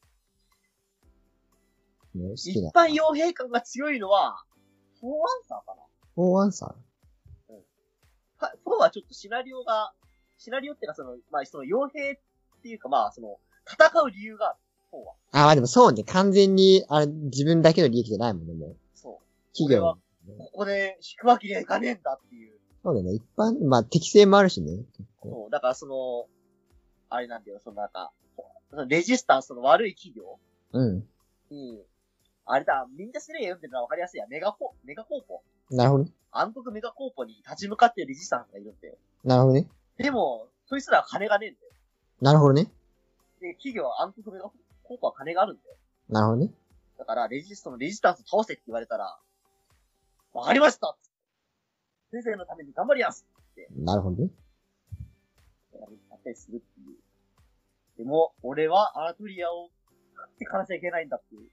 ね、好一きな。 般傭兵感が強いのは、フォーアンサーかな。 フォーアンサーファフォーはちょっとシナリオが、シナリオっていうかその、まあ、その傭兵っていうかまあ、その、戦う理由がある。フォーは。 あー、まあでもそうね。完全に、あれ、自分だけの利益じゃないもんね、もう。 そう。 企業。 ここで引くわけにはいかねえんだっていう。 そうだね。一般、まあ適正もあるしね。結構そう。だからその、あれなんだよ、そのなんか、そのレジスタンスの悪い企業うん。 に、あれだ、みんなスレイヤー読んでるのはわかりやすいや。メガコ、メガコーポ。 なるほどね。 暗黒メガコーポに立ち向かってるレジスタンスがいるんだよ。 なるほどね。 でも、そいつらは金がねえんだよ。 なるほどね。 で、企業は暗黒メガコーポは金があるんだよ。 なるほどね。 だから、レジストのレジスタンス倒せって言われたら、わかりました先生のために頑張りやすってなるほどね。 やったりするっていう。でも、俺はアラトリアを食ってかなきゃいけないんだっていう。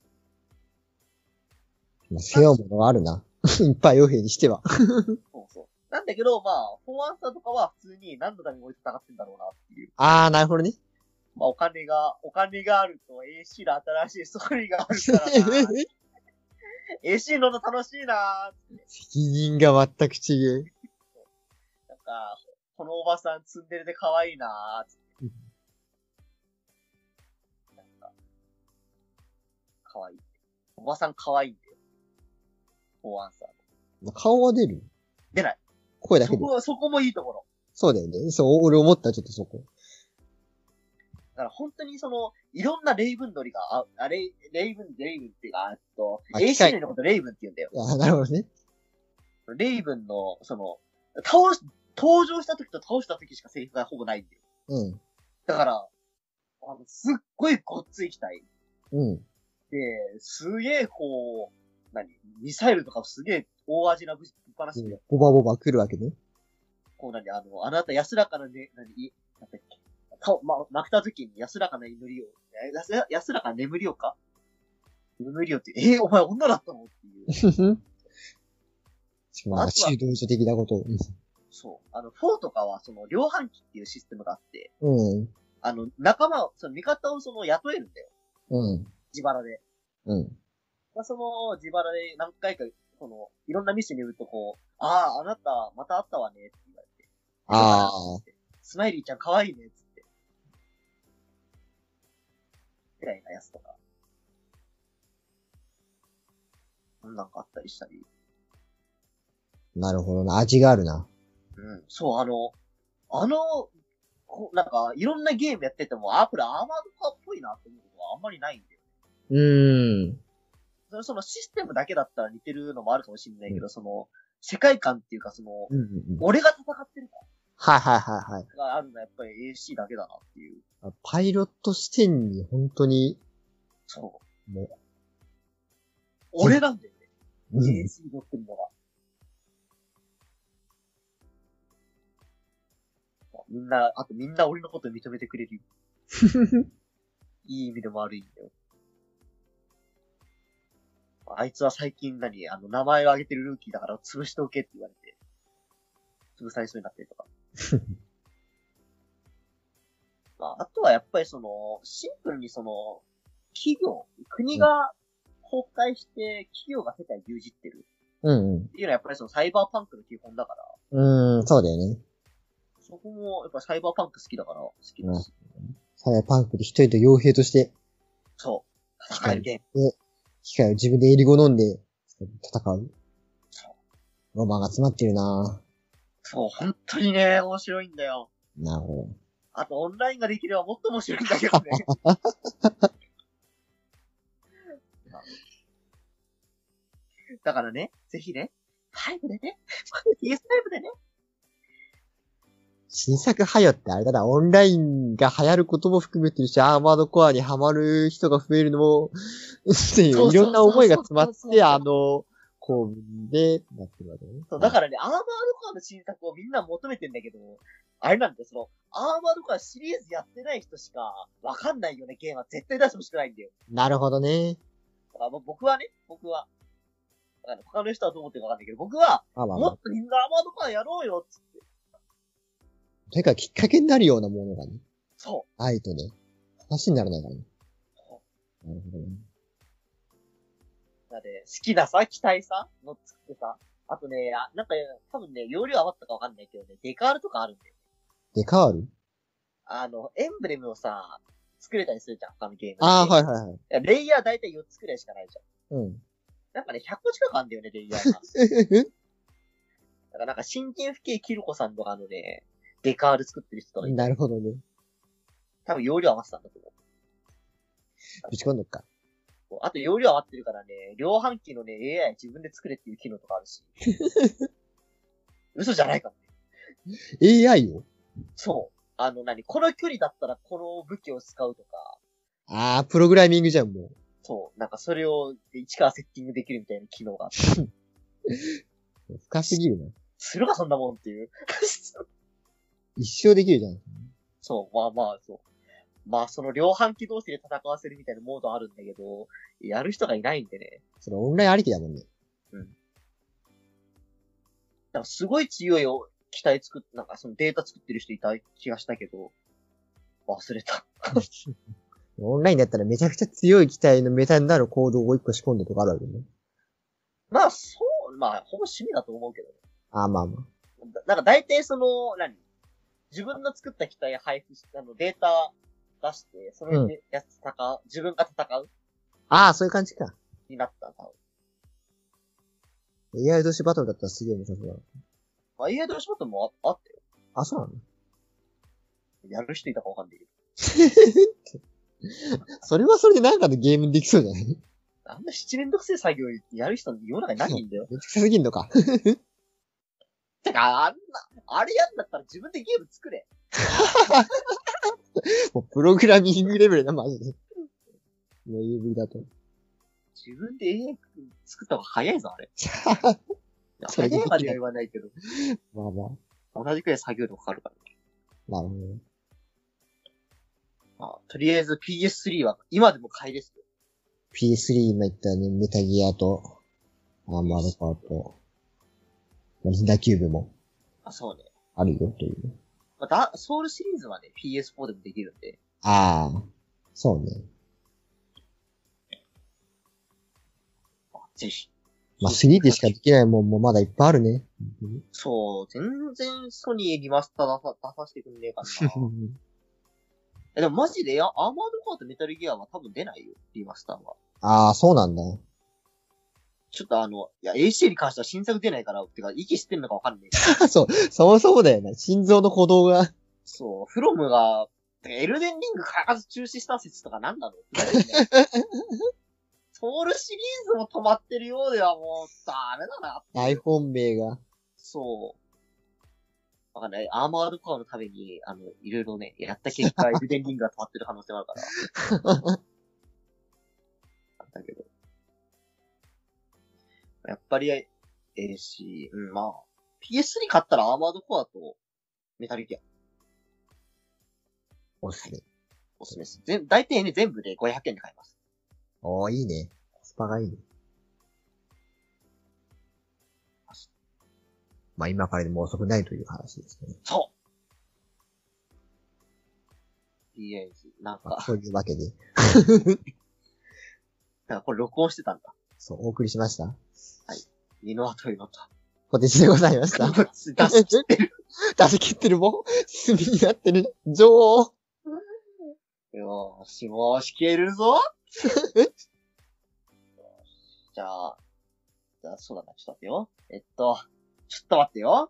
まあ、背負うものがあるな。いっぱい傭兵にしては。 そうそう。なんだけど、まあ、フォーアンサーとかは普通に何のために俺戦ってんだろうなっていう。 あー、なるほどね。 まあ、お金が、お金があると エーシー の新しいストーリーがあるからな。エーシー 乗るの楽しいなーって。 責任が全く違う。 なんか、このおばさんツンデレで可愛いなーって。なんか、可愛い。おばさん可愛いんだよ。フォーアンサー。 顔は出る出ない。 声だけで。 そこ、そこもいいところ。 そうだよね。そう、俺思った、ちょっとそこ。 だから本当にその、いろんなレイブン乗りが、あ、あレイ、レイブン、レイブンっていうか、えっと、 あエーシー機械のことレイブンって言うんだよ。 あー、なるほどね。 レイブンの、その、倒し、登場した時と倒した時しかセリフがほぼないんだよ。 うん。 だから、あの、すっごいごっつい機体。 うん。 で、すげえこう、何ミサイルとかすげえ大味なぶっ放しで、 ボバボバ来るわけね。 こう何あの、あなた安らかなね、何い、なんだっけ。かま、負けた時に安らかな祈りを、え安安らかな眠りをか眠りをって、えー、お前女だったのっていう。 しかもなんか中道女的なことを。 そう。あの、フォーとかはその、量販機っていうシステムがあって、 うん。 あの、仲間を、その味方をその、雇えるんだよ。 うん。 自腹で。 うん。 まあ、その、自腹で何回か、その、いろんなミッションによるとこう、ああ、あなた、また会ったわね、って言われて。 ああ。 スマイリーちゃん可愛いね、つって。みたいなやつとか。なんかあったりしたり。 なるほどな。味があるな。 うん。そう、あの、あの、こなんか、いろんなゲームやってても、あ、これアーマードカーっぽいなって思うことはあんまりないんだよ。 うーん。 そのそのシステムだけだったら似てるのもあるかもしれないけど、うん、その、世界観っていうかその、 うんうんうん、 俺が戦ってるかはいはいはいはい。 があるのはやっぱり エーシー だけだなっていう。 パイロット視点に本当に、 そう。 もう。 俺なんだよね。 うん、 エーシー 乗ってるのが。みんな、あとみんな俺のこと認めてくれるよ。いい意味でも悪いんだよ。あいつは最近何あの、名前を挙げてるルーキーだから潰しておけって言われて、潰されそうになってるとか。まあ、あとはやっぱりその、シンプルにその、企業、国が崩壊して企業が世界牛耳ってる。 うんうん。 っていうのはやっぱりそのサイバーパンクの基本だから。 うーん、そうだよね。 そこもやっぱサイバーパンク好きだから好きだし。 うん、サイバーパンクで一人と傭兵として。 そう。戦えるゲーム。で、機械を自分でエリゴ飲んで戦う。そう。ロマンが詰まってるなぁ。 そう、本当にね、面白いんだよ。 なるほど。 あと、オンラインができればもっと面白いんだけどね。だからね、ぜひね、ファイブでね、ピーエスファイブ でね。 新作はよってあれだな、オンラインが流行ることも含めてるし、アーマードコアにハマる人が増えるのも、っていう、いろんな思いが詰まって、あの、こう、で、なってるわけね。 そう、だからね、アーマードコアの新作をみんな求めてんだけど、あれなんだよ、その、アーマードコアシリーズやってない人しかわかんないよね、ゲームは絶対出してほしくないんだよ。 なるほどね。 だから僕はね、僕は、あの他の人はどう思ってるかわかんないけど、僕は、 まあまあまあ、 もっとみんなアーマードコアやろうよ、つって。 というかきっかけになるようなものがね、 そないとね、話にならないからね。 う。 なるほどね。 だって、好きなさ、機体さ、の作ってさ、あとね、あなんか、多分ね、容量余ったかわかんないけどね、デカールとかあるんだよ。 デカールあの、エンブレムをさ、作れたりするじゃん、他のゲームで。 ああ、はいはいはい。 いやレイヤーだいたいよっつくらいしかないじゃん。 うん。 なんかね、ひゃっこ近くあんだよね、レイヤーが。だからなんか、新人不景キルコさんとかのね、デカール作ってる人とかいてなるほどね。 多分容量余ってたんだと思う。 ぶち込んどっか。 あと容量余ってるからね、量販機のね、エーアイ 自分で作れっていう機能とかあるし。嘘じゃないかもね。 エーアイ をそう。あの何、この距離だったらこの武器を使うとか。 ああ、プログラミングじゃん、もう。 そう。なんかそれを一からセッティングできるみたいな機能があって。 深すぎるな。 するかそんなもんっていう。 一生できるじゃん。 そう、まあまあ、そう。まあ、その量販機同士で戦わせるみたいなモードあるんだけど、やる人がいないんでね。 それオンラインありきだもんね。 うん。だからすごい強い機体作っ、なんかそのデータ作ってる人いた気がしたけど、忘れた。 オンラインだったらめちゃくちゃ強い機体のメタになるコードを一個仕込んでとかあるわけね。 まあ、そう、まあ、ほぼ趣味だと思うけどね。 ああ、まあまあ。 だなんか大体その、何自分の作った機体配布して、あの、データ出して、それでやつ戦う、自分が戦うああ、そういう感じか。 になったんだ。 エーアイ 同士バトルだったらすげえ面白そうだな。 まあ、エーアイ 同士バトルもああったよ。 あ、そうなのやる人いたかわかんないけど。 それはそれでなんかでゲームにできそうじゃないあんな七面倒くせえ作業やる人世の中に何人いんだよ。 めっちゃくちゃすぎんのか。 てか、あんな、あれやんだったら自分でゲーム作れ。 もうプログラミングレベルだ、マジで。もういいぶりだと。 自分で エーアイ 作った方が早いぞ、あれ。 それ早いまでは言わないけど。 まあまあ。 同じくらい作業量かかるからね。 なるほどね。 まあ、とりあえず ピーエススリー は今でも買いですよ。 ピーエススリー 今言ったね、メタギアと、アーマードパーと、リンダキューブもあ、そうね。 あるよという。 まあ、だ、ソウルシリーズはね、ピーエスフォー でもできるんで。 ああ、そうね。 ぜひ。 まあ、スリーでしかできないもんもまだいっぱいあるね。 そう、全然ソニーリマスター出さ、出させてくんねえかな。え、でもマジで、アーマードコアとメタルギアは多分出ないよ、リマスターは。 ああ、そうなんだ。 ちょっとあの、いや、エーシー に関しては新作出ないから、てか、息してんのかわかんないけど。 そう、そもそもだよな。心臓の鼓動が。 そう、フロムが、てかエルデンリング開発中止した説とかなんなのソウルシリーズも止まってるようではもう、ダメだな。 大本命が。そう。 わかんない。アーマードコアのために、あの、いろいろね、やった結果、エルデンリングが止まってる可能性もあるから。あったけど。やっぱり、ええし、うん、まあ、ピーエススリー 買ったらアーマードコアとメタルギア。 おすすめ。 おすすめです。全、大体ね、全部でごひゃくえんで買えます。 おー、いいね。コスパがいいね。まあ今からでも遅くないという話ですね。 そうとりあえず、なんか。 そういうわけで。 だからこれ録音してたんだ。 そう、お送りしました。 はい。二の後いうのと。 ポテチでございました。 出し切ってる。 出し切ってるもん。炭になってる。女王。 よーし、もうし消えるぞ。じゃあ、じゃあ、そうだな、ちょっと待ってよ。えっと、ちょっと待ってよ。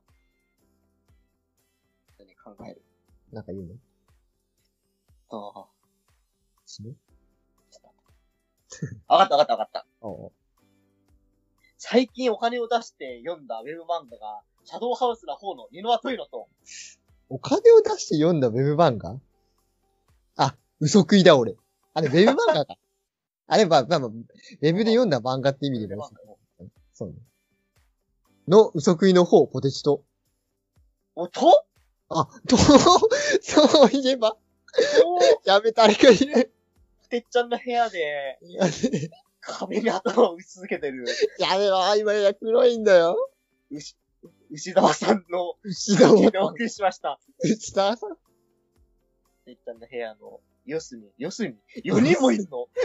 何考える。 なんか言うのと、 死ぬちょっと待って。わかったわかったわかった。 おう最近お金を出して読んだウェブ漫画が、シャドウハウスな方のニノアトイノと、 お金を出して読んだウェブ漫画あ、嘘食いだ俺。あれ、ウェブ漫画か。あれ、まあ、まあ、まあ、ウェブで読んだ漫画って意味でもそうね。の、嘘食いの方、ポテチと。 お、とあ、と、そういえば、やめた、あれかいる。 てっちゃんの部屋で、壁に頭を打ち続けてる。 やめろ、今や黒いんだよ。 牛、牛沢さんの、 牛沢さん。 お送りしました。 牛沢さん。 てっちゃんの部屋の、四隅、四隅、四人もいるの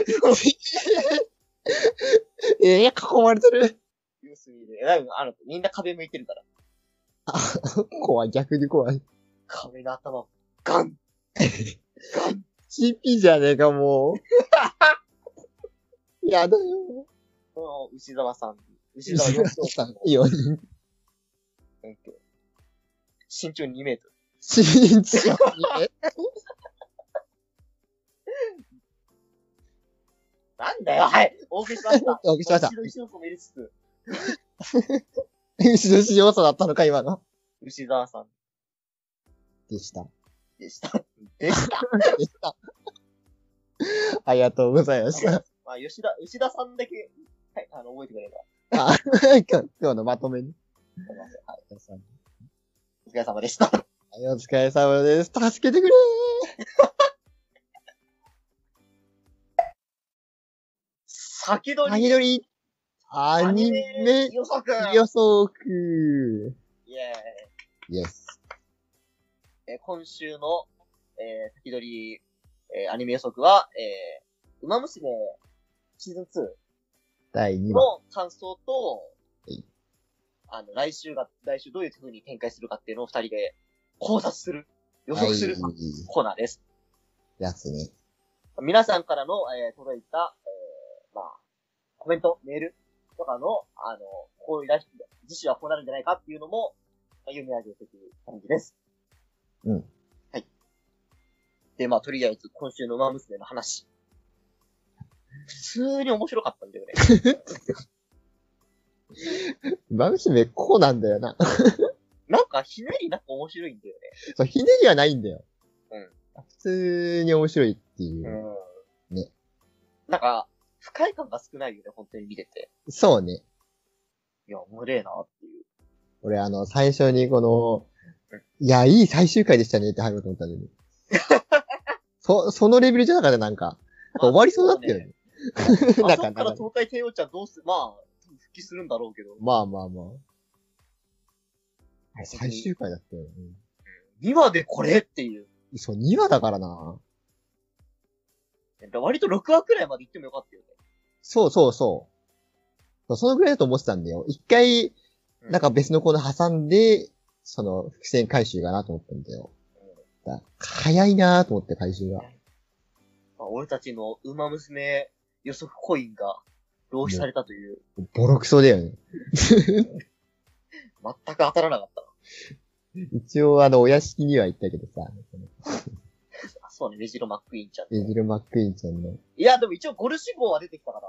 ええー、囲まれてる。 四隅で、あの、みんな壁向いてるから。 あ、怖い、逆に怖い。 壁の頭を、ガンガンシーピー じゃねえか、もう。やだよ。 この牛沢さん。牛牛沢沢さん、よにん。 身長にメートル。 身長にメートル。 なんだよ、はい。お送りしました。 お送りしました。 後ろ石要素も入れつつ。 後ろ石要素だったのか、今の。 牛沢さん。 でした。 でした。でした。 でした。ありがとうございました。 まあ、吉田、牛田さんだけ、はい、あの、覚えてくれれば。 あ、今日のまとめに。 はい。お疲れ様でした。 はい、お疲れ様です。助けてくれー。 先取り。 先取り。アニメ予測。 予測。 イェーイ。 イエス。 えー、今週の、えー、先取り、えー、アニメ予測は、えー、ウマ娘シーズンツだいーにわ。 の感想と、 いあの、来週が、来週どういう風に展開するかっていうのを二人で考察する、予測するはいコーナーです。 やつね。 皆さんからの、えー、届いた、えー、まあ、コメント、メールとかの、あの、こういう来週、次週はこうなるんじゃないかっていうのも、まあ、読み上げていく感じです。 うん。 はい。で、まあ、とりあえず、今週のウマ娘の話。普通に面白かったんだよね。 ウマ娘こうなんだよな。 なんか、ひねりなく面白いんだよね。 そう、ひねりはないんだよ。 うん。 普通に面白いっていう。 うん。 ね。 なんか、不快感が少ないよね、本当に見てて。 そうね。 いや、おもれえなっていう。 俺あの、最初にこの、いや、いい最終回でしたねって入ろうと思ったのに。そ、そのレベルじゃなかった、なんか。なんか終わりそうだったよね。 あそっから東海帝王ちゃんどうす、まあ、復帰するんだろうけど。 まあまあまあ。最終回だったよね。 にわでこれっていう。 そう、にわだからな。 割とろくわくらいまで行ってもよかったよね。 そうそうそう。そのぐらいだと思ってたんだよ。一回、なんか別のコーナー挟んで、その、伏線回収かなと思ったんだよ。うん、だ早いなーと思って回収が。 まあ、俺たちのウマ娘予測コインが浪費されたという。 ボロクソだよね。 全く当たらなかったな。 一応あの、お屋敷には行ったけどさ。 あ、そうね、メジロマックイーンちゃん。 メジロマックイーンちゃんの。 いや、でも一応ゴルシ号は出てきたから。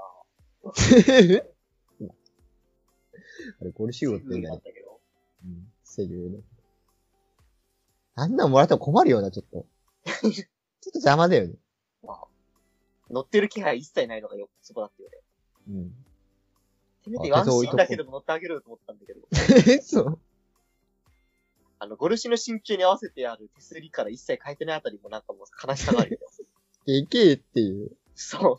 あれ、ゴルシ号って言うんだよ。 うん。 セリュね。あんなんもらったら困るよな、ちょっと。ちょっと邪魔だよね。 まあ、乗ってる気配一切ないのがよ、そこだったよね。 うん。 せめてワンシーンだけでも乗ってあげろよと思ったんだけど。 そう。 あの、ゴルシの身長に合わせてある手すりから一切変えてないあたりもなんかもう悲しさがあるよ。 でけえっていう。 そう。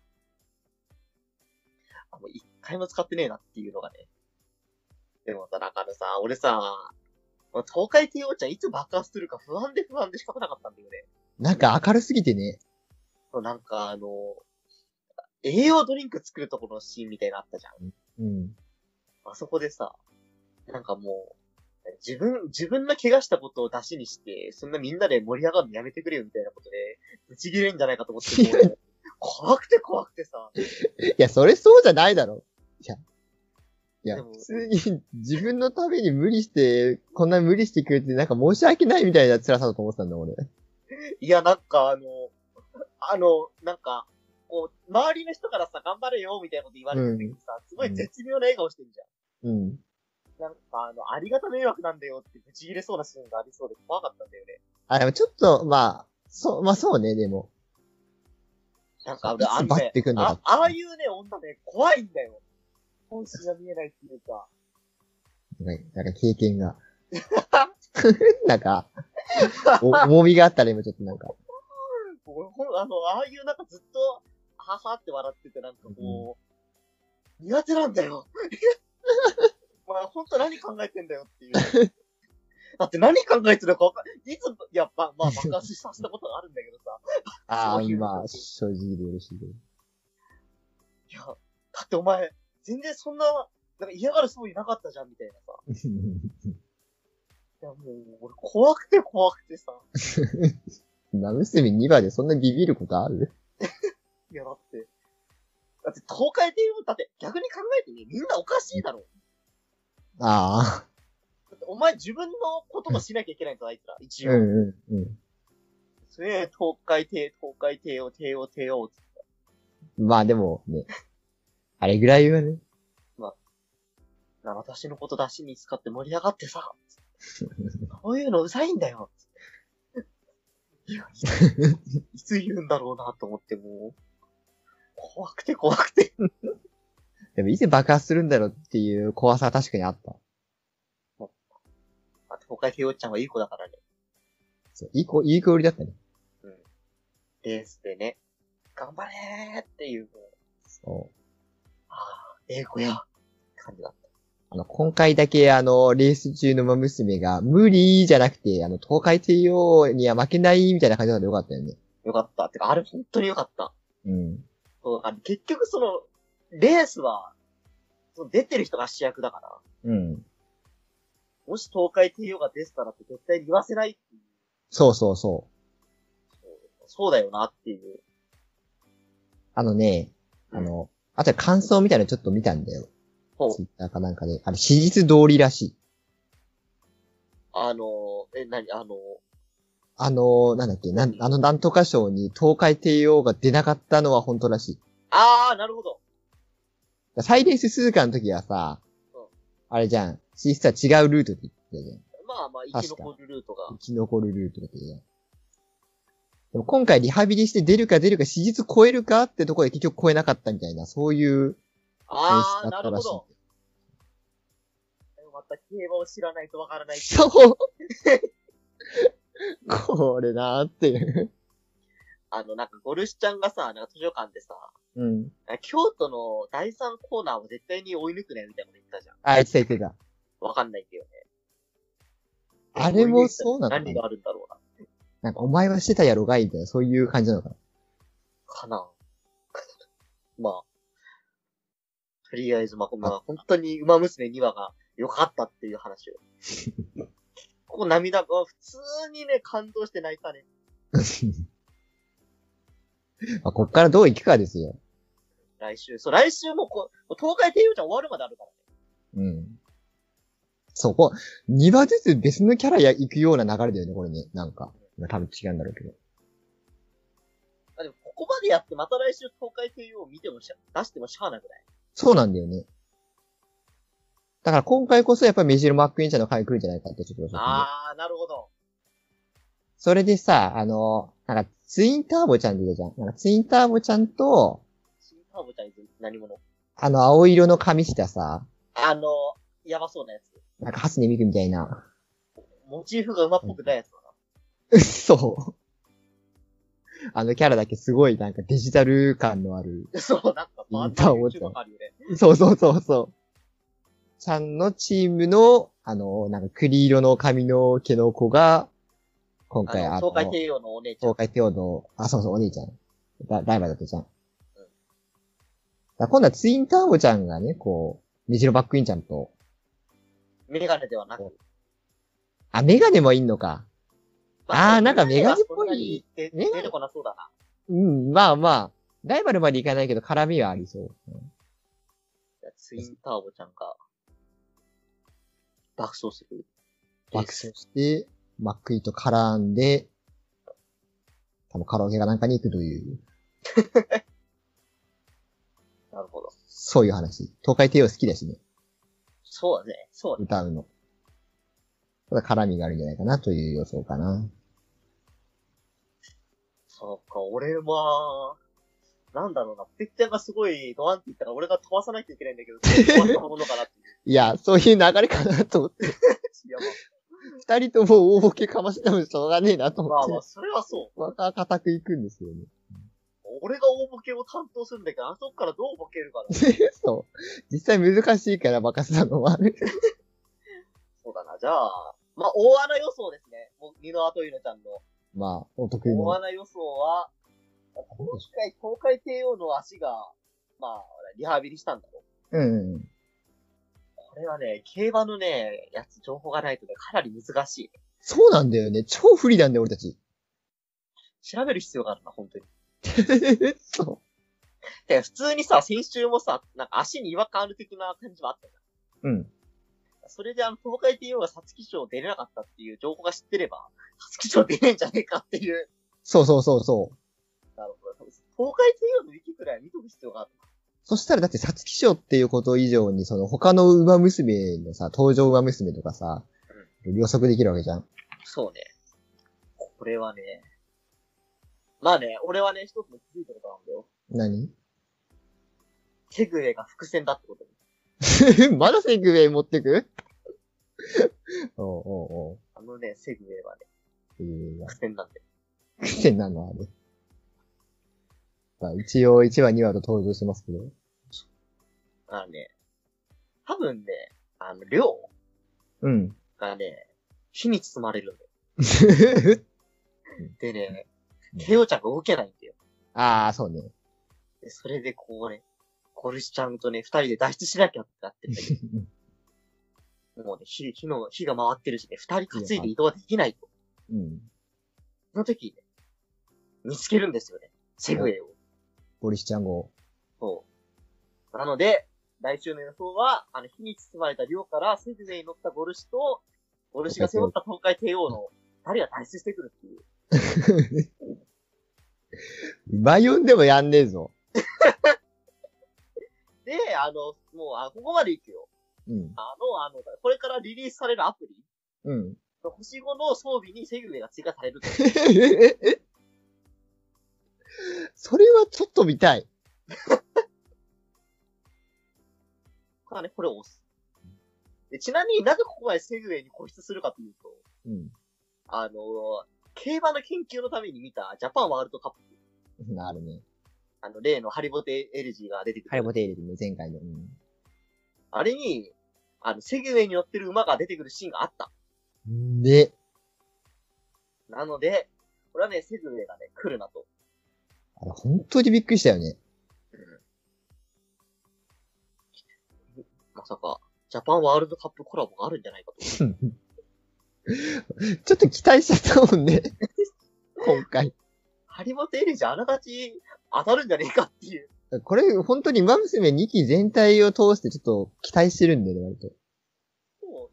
あ、もう一回も使ってねえなっていうのがね。でもさ、だからさ、俺さ、東海帝王ちゃんいつ爆発するか不安で不安で仕方なかったんだよね。 なんか明るすぎてね。 そう、なんかあの、栄養ドリンク作るところのシーンみたいなのあったじゃん。 うん。あそこでさ、なんかもう、自分、自分の怪我したことを出しにして、そんなみんなで盛り上がるのやめてくれよみたいなことで、ぶち切れるんじゃないかと思って、怖くて怖くてさ。 いや、それそうじゃないだろ。いや。いや、普通に自分のために無理して、こんな無理してくれて、なんか申し訳ないみたいな辛さだと思ってたんだ、俺。 いや、なんかあの、あの、なんか、こう、周りの人からさ、頑張れよ、みたいなこと言われてるけどさ、うん、すごい絶妙な笑顔してるじゃん。 うん。 なんかあの、ありがた迷惑なんだよってぶち切れそうなシーンがありそうで怖かったんだよね。 あ、でもちょっと、まあ、そう、まあそうね、でも。 なんか俺、あんいつバッねてくんのかあ、ああいうね、女ね、怖いんだよ。本心が見えないっていうか。 なんか、なんか経験が。なんか、お重みがあったら今ちょっとなんか。 俺ほん、あの、ああいうなんかずっと、ははって笑っててなんかこう、苦手なんだよ。お前ほんと何考えてんだよっていう。だって何考えてるのかわかん、いつ、いや、まあ、まあ、爆発させたことがあるんだけどさ。 ああ、 そういうまあ、正直でよろしいけど。 いや、だってお前、全然そんな、なんか嫌がる素振りなかったじゃん、みたいなさ。いや、もう、俺怖くて怖くてさ。 生娘にばでそんなビビることある？ いや、だって、だって東海帝王、だって逆に考えてみ、みんなおかしいだろ。 ああ。 だってお前自分のこともしなきゃいけないんだ、あいつら。一応。 うんうんうん。 それ、東海帝、東海帝王、帝王、帝王。 まあでもね、あれぐらいはね。 な、私のこと出しに使って盛り上がってさ、こういうのうざいんだよ。いや、いつ言うんだろうなと思ってもう、怖くて怖くて。 でもいつ爆発するんだろうっていう怖さは確かにあった。 あと、東海帝王ちゃんはいい子だからね。 そう、いい子、いい子売りだったね。 うん。レースでね、頑張れーっていう、 そう。 ああ、ええ子や、感じだった。 あの、今回だけあの、レース中の馬娘が、無理じゃなくて、あの、東海帝王には負けないみたいな感じなのでよかったよね。 よかった。てか、あれ本当によかった。 うん。 そうあの結局その、レースは、その出てる人が主役だから、 うん。 もし東海帝王が出てたらって絶対に言わせないっていう。 そうそうそう。 そう、そうだよなっていう。 あのね、あの、あと感想みたいなのちょっと見たんだよ。 ほう。 ツイッターかなんかで。あれ、史実通りらしい。 あの、え、なに、あの、 あの、なんだっけ、なん、あのなんとか賞に東海帝王が出なかったのは本当らしい。 あー、なるほど。 サイレンス鈴鹿の時はさ、 うん、 あれじゃん、史実は違うルートで行ってたじゃん。 まあまあ、生き残るルートが。 生き残るルートだったじゃん。でも今回リハビリして出るか出るか史実超えるかってところで結局超えなかったみたいな、そういうあー、なるほど。また競馬を知らないとわからない。 そうこれなーっていう。 あの、なんかゴルシちゃんがさ、なんか図書館でさ、 うん。 京都のだいさんコーナーを絶対に追い抜くね、みたいなこと言ったじゃん。 あ、言ってた言ってた。 わかんないけどね。 あれもそうなのかな。 何があるんだろうな。 なんか、お前はしてたやろがいみたいな、そういう感じなのかな。 かなまあ。とりあえず、まあ、まあ、本当に馬娘にわが良かったっていう話を。ここ涙が、普通にね、感動して泣いたね。 まあ、こっからどう行くかですよ。 来週。そう、来週もこう、東海帝王ちゃん終わるまであるからね。うん。そこ、にわずつ別のキャラや行くような流れだよね、これね。なんか。多分違うんだろうけど。 あ、でも、ここまでやってまた来週東海帝王を見てもしゃ、出してもしゃあなくない？ そうなんだよね。だから今回こそやっぱりメジルマックイーンちゃんの回来るんじゃないかってちょっと予測で。 あー、なるほど。 それでさ、あの、なんかツインターボちゃんって言うじゃん。なんかツインターボちゃんと、 ツインターボちゃん何者？ あの青色の髪したさ、 あの、やばそうなやつ。 なんかハスネミクみたいな。 モチーフが馬っぽくないやつだうっそう。あのキャラだけすごいなんかデジタル感のある。 な。そう、なんかバーチャル YouTuber があるよね。 そうそうそうそう。ちゃんのチームの、あの、なんか栗色の髪の毛の子が、今回あの、東海帝王のお姉ちゃん。 東海帝王の、あ、そうそう、お姉ちゃん。ラライバルだったじゃん。うん、だ今度はツインターボちゃんがね、こう、メジロバックインちゃんと。 メガネではなく。 あ、メガネもいんのか。あー、なんかメガネっぽい。 出てこなそうだな。 うん、まあまあ、ライバルまでいかないけど絡みはありそう。うん、 ツインターボちゃんが、爆走する。 爆走して、マックイーと絡んで、多分カラオケがなんかに行くという。 なるほど。 そういう話。東海帝王好きだしね。 そうだね。そうだね。 歌うの。ただ絡みがあるんじゃないかなという予想かな。 そうか、俺は、なんだろうな。てっちゃんがすごいドアンって言ったら俺が飛ばさないといけないんだけど、飛ばしたものかなっていう。 いや、そういう流れかなと思って。 いや、 二人とも大ボケかましてもしょうがねえなと思って。 まあまあ、それはそう。 また固くいくんですよね。 俺が大ボケを担当するんだけど、あそこからどうボケるかな。 そう。実際難しいから任せたのもある。 そうだな。じゃあ、まあ、大穴予想ですね。もう、ミノアトイノちゃんの。 まあ、お得意の。 大穴予想は、今回、東海帝王の足が、まあ、リハビリしたんだろう。うんうん。 これはね、競馬のね、やつ、情報がないとね、かなり難しい。 そうなんだよね。超不利なんだよ、俺たち。 調べる必要があるな、本当に。 そう。 で、普通にさ、先週もさ、なんか足に違和感ある的な感じはあったじゃん。うん。 それであの、東海帝王が皐月賞出れなかったっていう情報が知ってれば、皐月賞出ねえんじゃねえかっていう。 そうそうそうそう。 なるほど。東海帝王のウィキくらい見とく必要がある。 そしたらだって皐月賞っていうこと以上に、その他の馬娘のさ、登場馬娘とかさ、うん、予測できるわけじゃん。 そうね。これはね。まあね、俺はね、一つの気づいたことなんだよ。 何？ セグウェイが伏線だってことに。まだセグウェイ持ってく？おうおうおう。 あのね、セグウェイはね、 セグウェイが伏線なんだよ。 伏線なのあれ。まあ、一応いちわにわと登場してますけど。 あのね、多分ね、あの、りょううん。 がね、火に包まれるんだよ。でね、ケオちゃんが動けないんだよ。 ああ、そうね。 で、それでこうね、コルシちゃんとね、二人で脱出しなきゃってなってるんだけど。もうね、火、火の、火が回ってるしね、二人担いで移動はできないと。 うん。 その時、ね、見つけるんですよね。セグウェイを。 コルシちゃん号。 そう。なので、来週の予想は、あの、火に包まれた量からセグウェイに乗ったゴルシと、ゴルシが背負った東海帝王の二人が脱出してくるっていう。 馬読んでもやんねえぞ。 で、あの、もう、あ、ここまで行くよ。 うん。 あの、あの、これからリリースされるアプリ。 うん。 星ごの装備にセグウェイが追加されると。 ええそれはちょっと見たい。 これね、これを押す。で、ちなみになぜここまでセグウェイに固執するかというと、 うん。 あの、競馬の研究のために見たジャパンワールドカップ。 なるね。 あの、例のハリボテエルジーが出てくる。 ハリボテエルジーね、前回の。うん。 あれに、あの、セグウェイに乗ってる馬が出てくるシーンがあった。 ね。 なので、これはね、セグウェイがね、来るなと。 あれ、本当にびっくりしたよね。 うん。まさか、ジャパンワールドカップコラボがあるんじゃないかと。 ちょっと期待しちゃったもんね。今回。 ハリボテエルジーあながち当たるんじゃねえかっていう。 これ、本当に馬娘にき全体を通してちょっと期待してるんだよね、割と。 そう。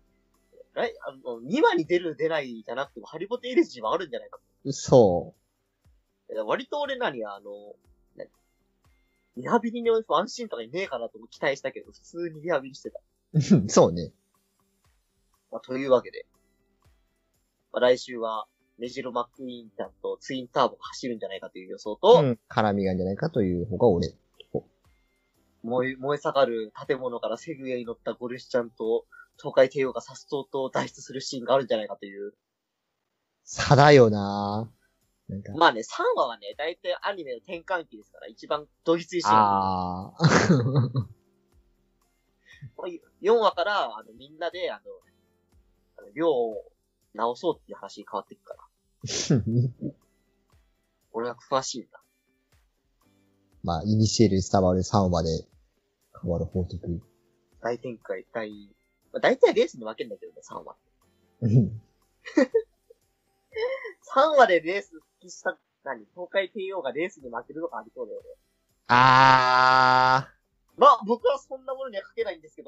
来、あの、にわに出る出ないじゃなくても、ハリボテエルジーはあるんじゃないかと。 そ割と俺らにあの、リハビリのワンシーンとかにねえかなと期待したけど、普通にリハビリしてた。 そうね。 まあ、というわけで。まあ、来週は、メジロ・マック・イーンちゃんとツインターボが走るんじゃないかという予想と、 うん、絡みがんじゃないかという方が俺。 燃え、燃え盛る建物からセグウェイに乗ったゴルシちゃんと、東海帝王が颯爽と脱出するシーンがあるんじゃないかという。 差だよなぁ。なんかまあね、さんわはね、だいたいアニメの転換期ですから、一番ドギツいシーン。 ああ。 よんわから、あの、みんなで、あの、あの量を直そうっていう話に変わっていくから。俺は詳しいんだ。 まあ、イニシエルに伝わるさんわで変わる法則。 大展開、大、まあ、大体レースに分けるんだけどね、さんわ。さんわでレース復帰した、何東海帝王がレースに負けるとかありそうだよね。 あー。まあ、僕はそんなものには書けないんですけど。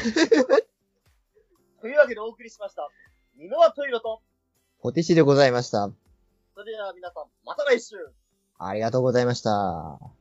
というわけでお送りしました。ミノワトイロと、 ポテシでございました。 それでは皆さん、また来週。 ありがとうございました。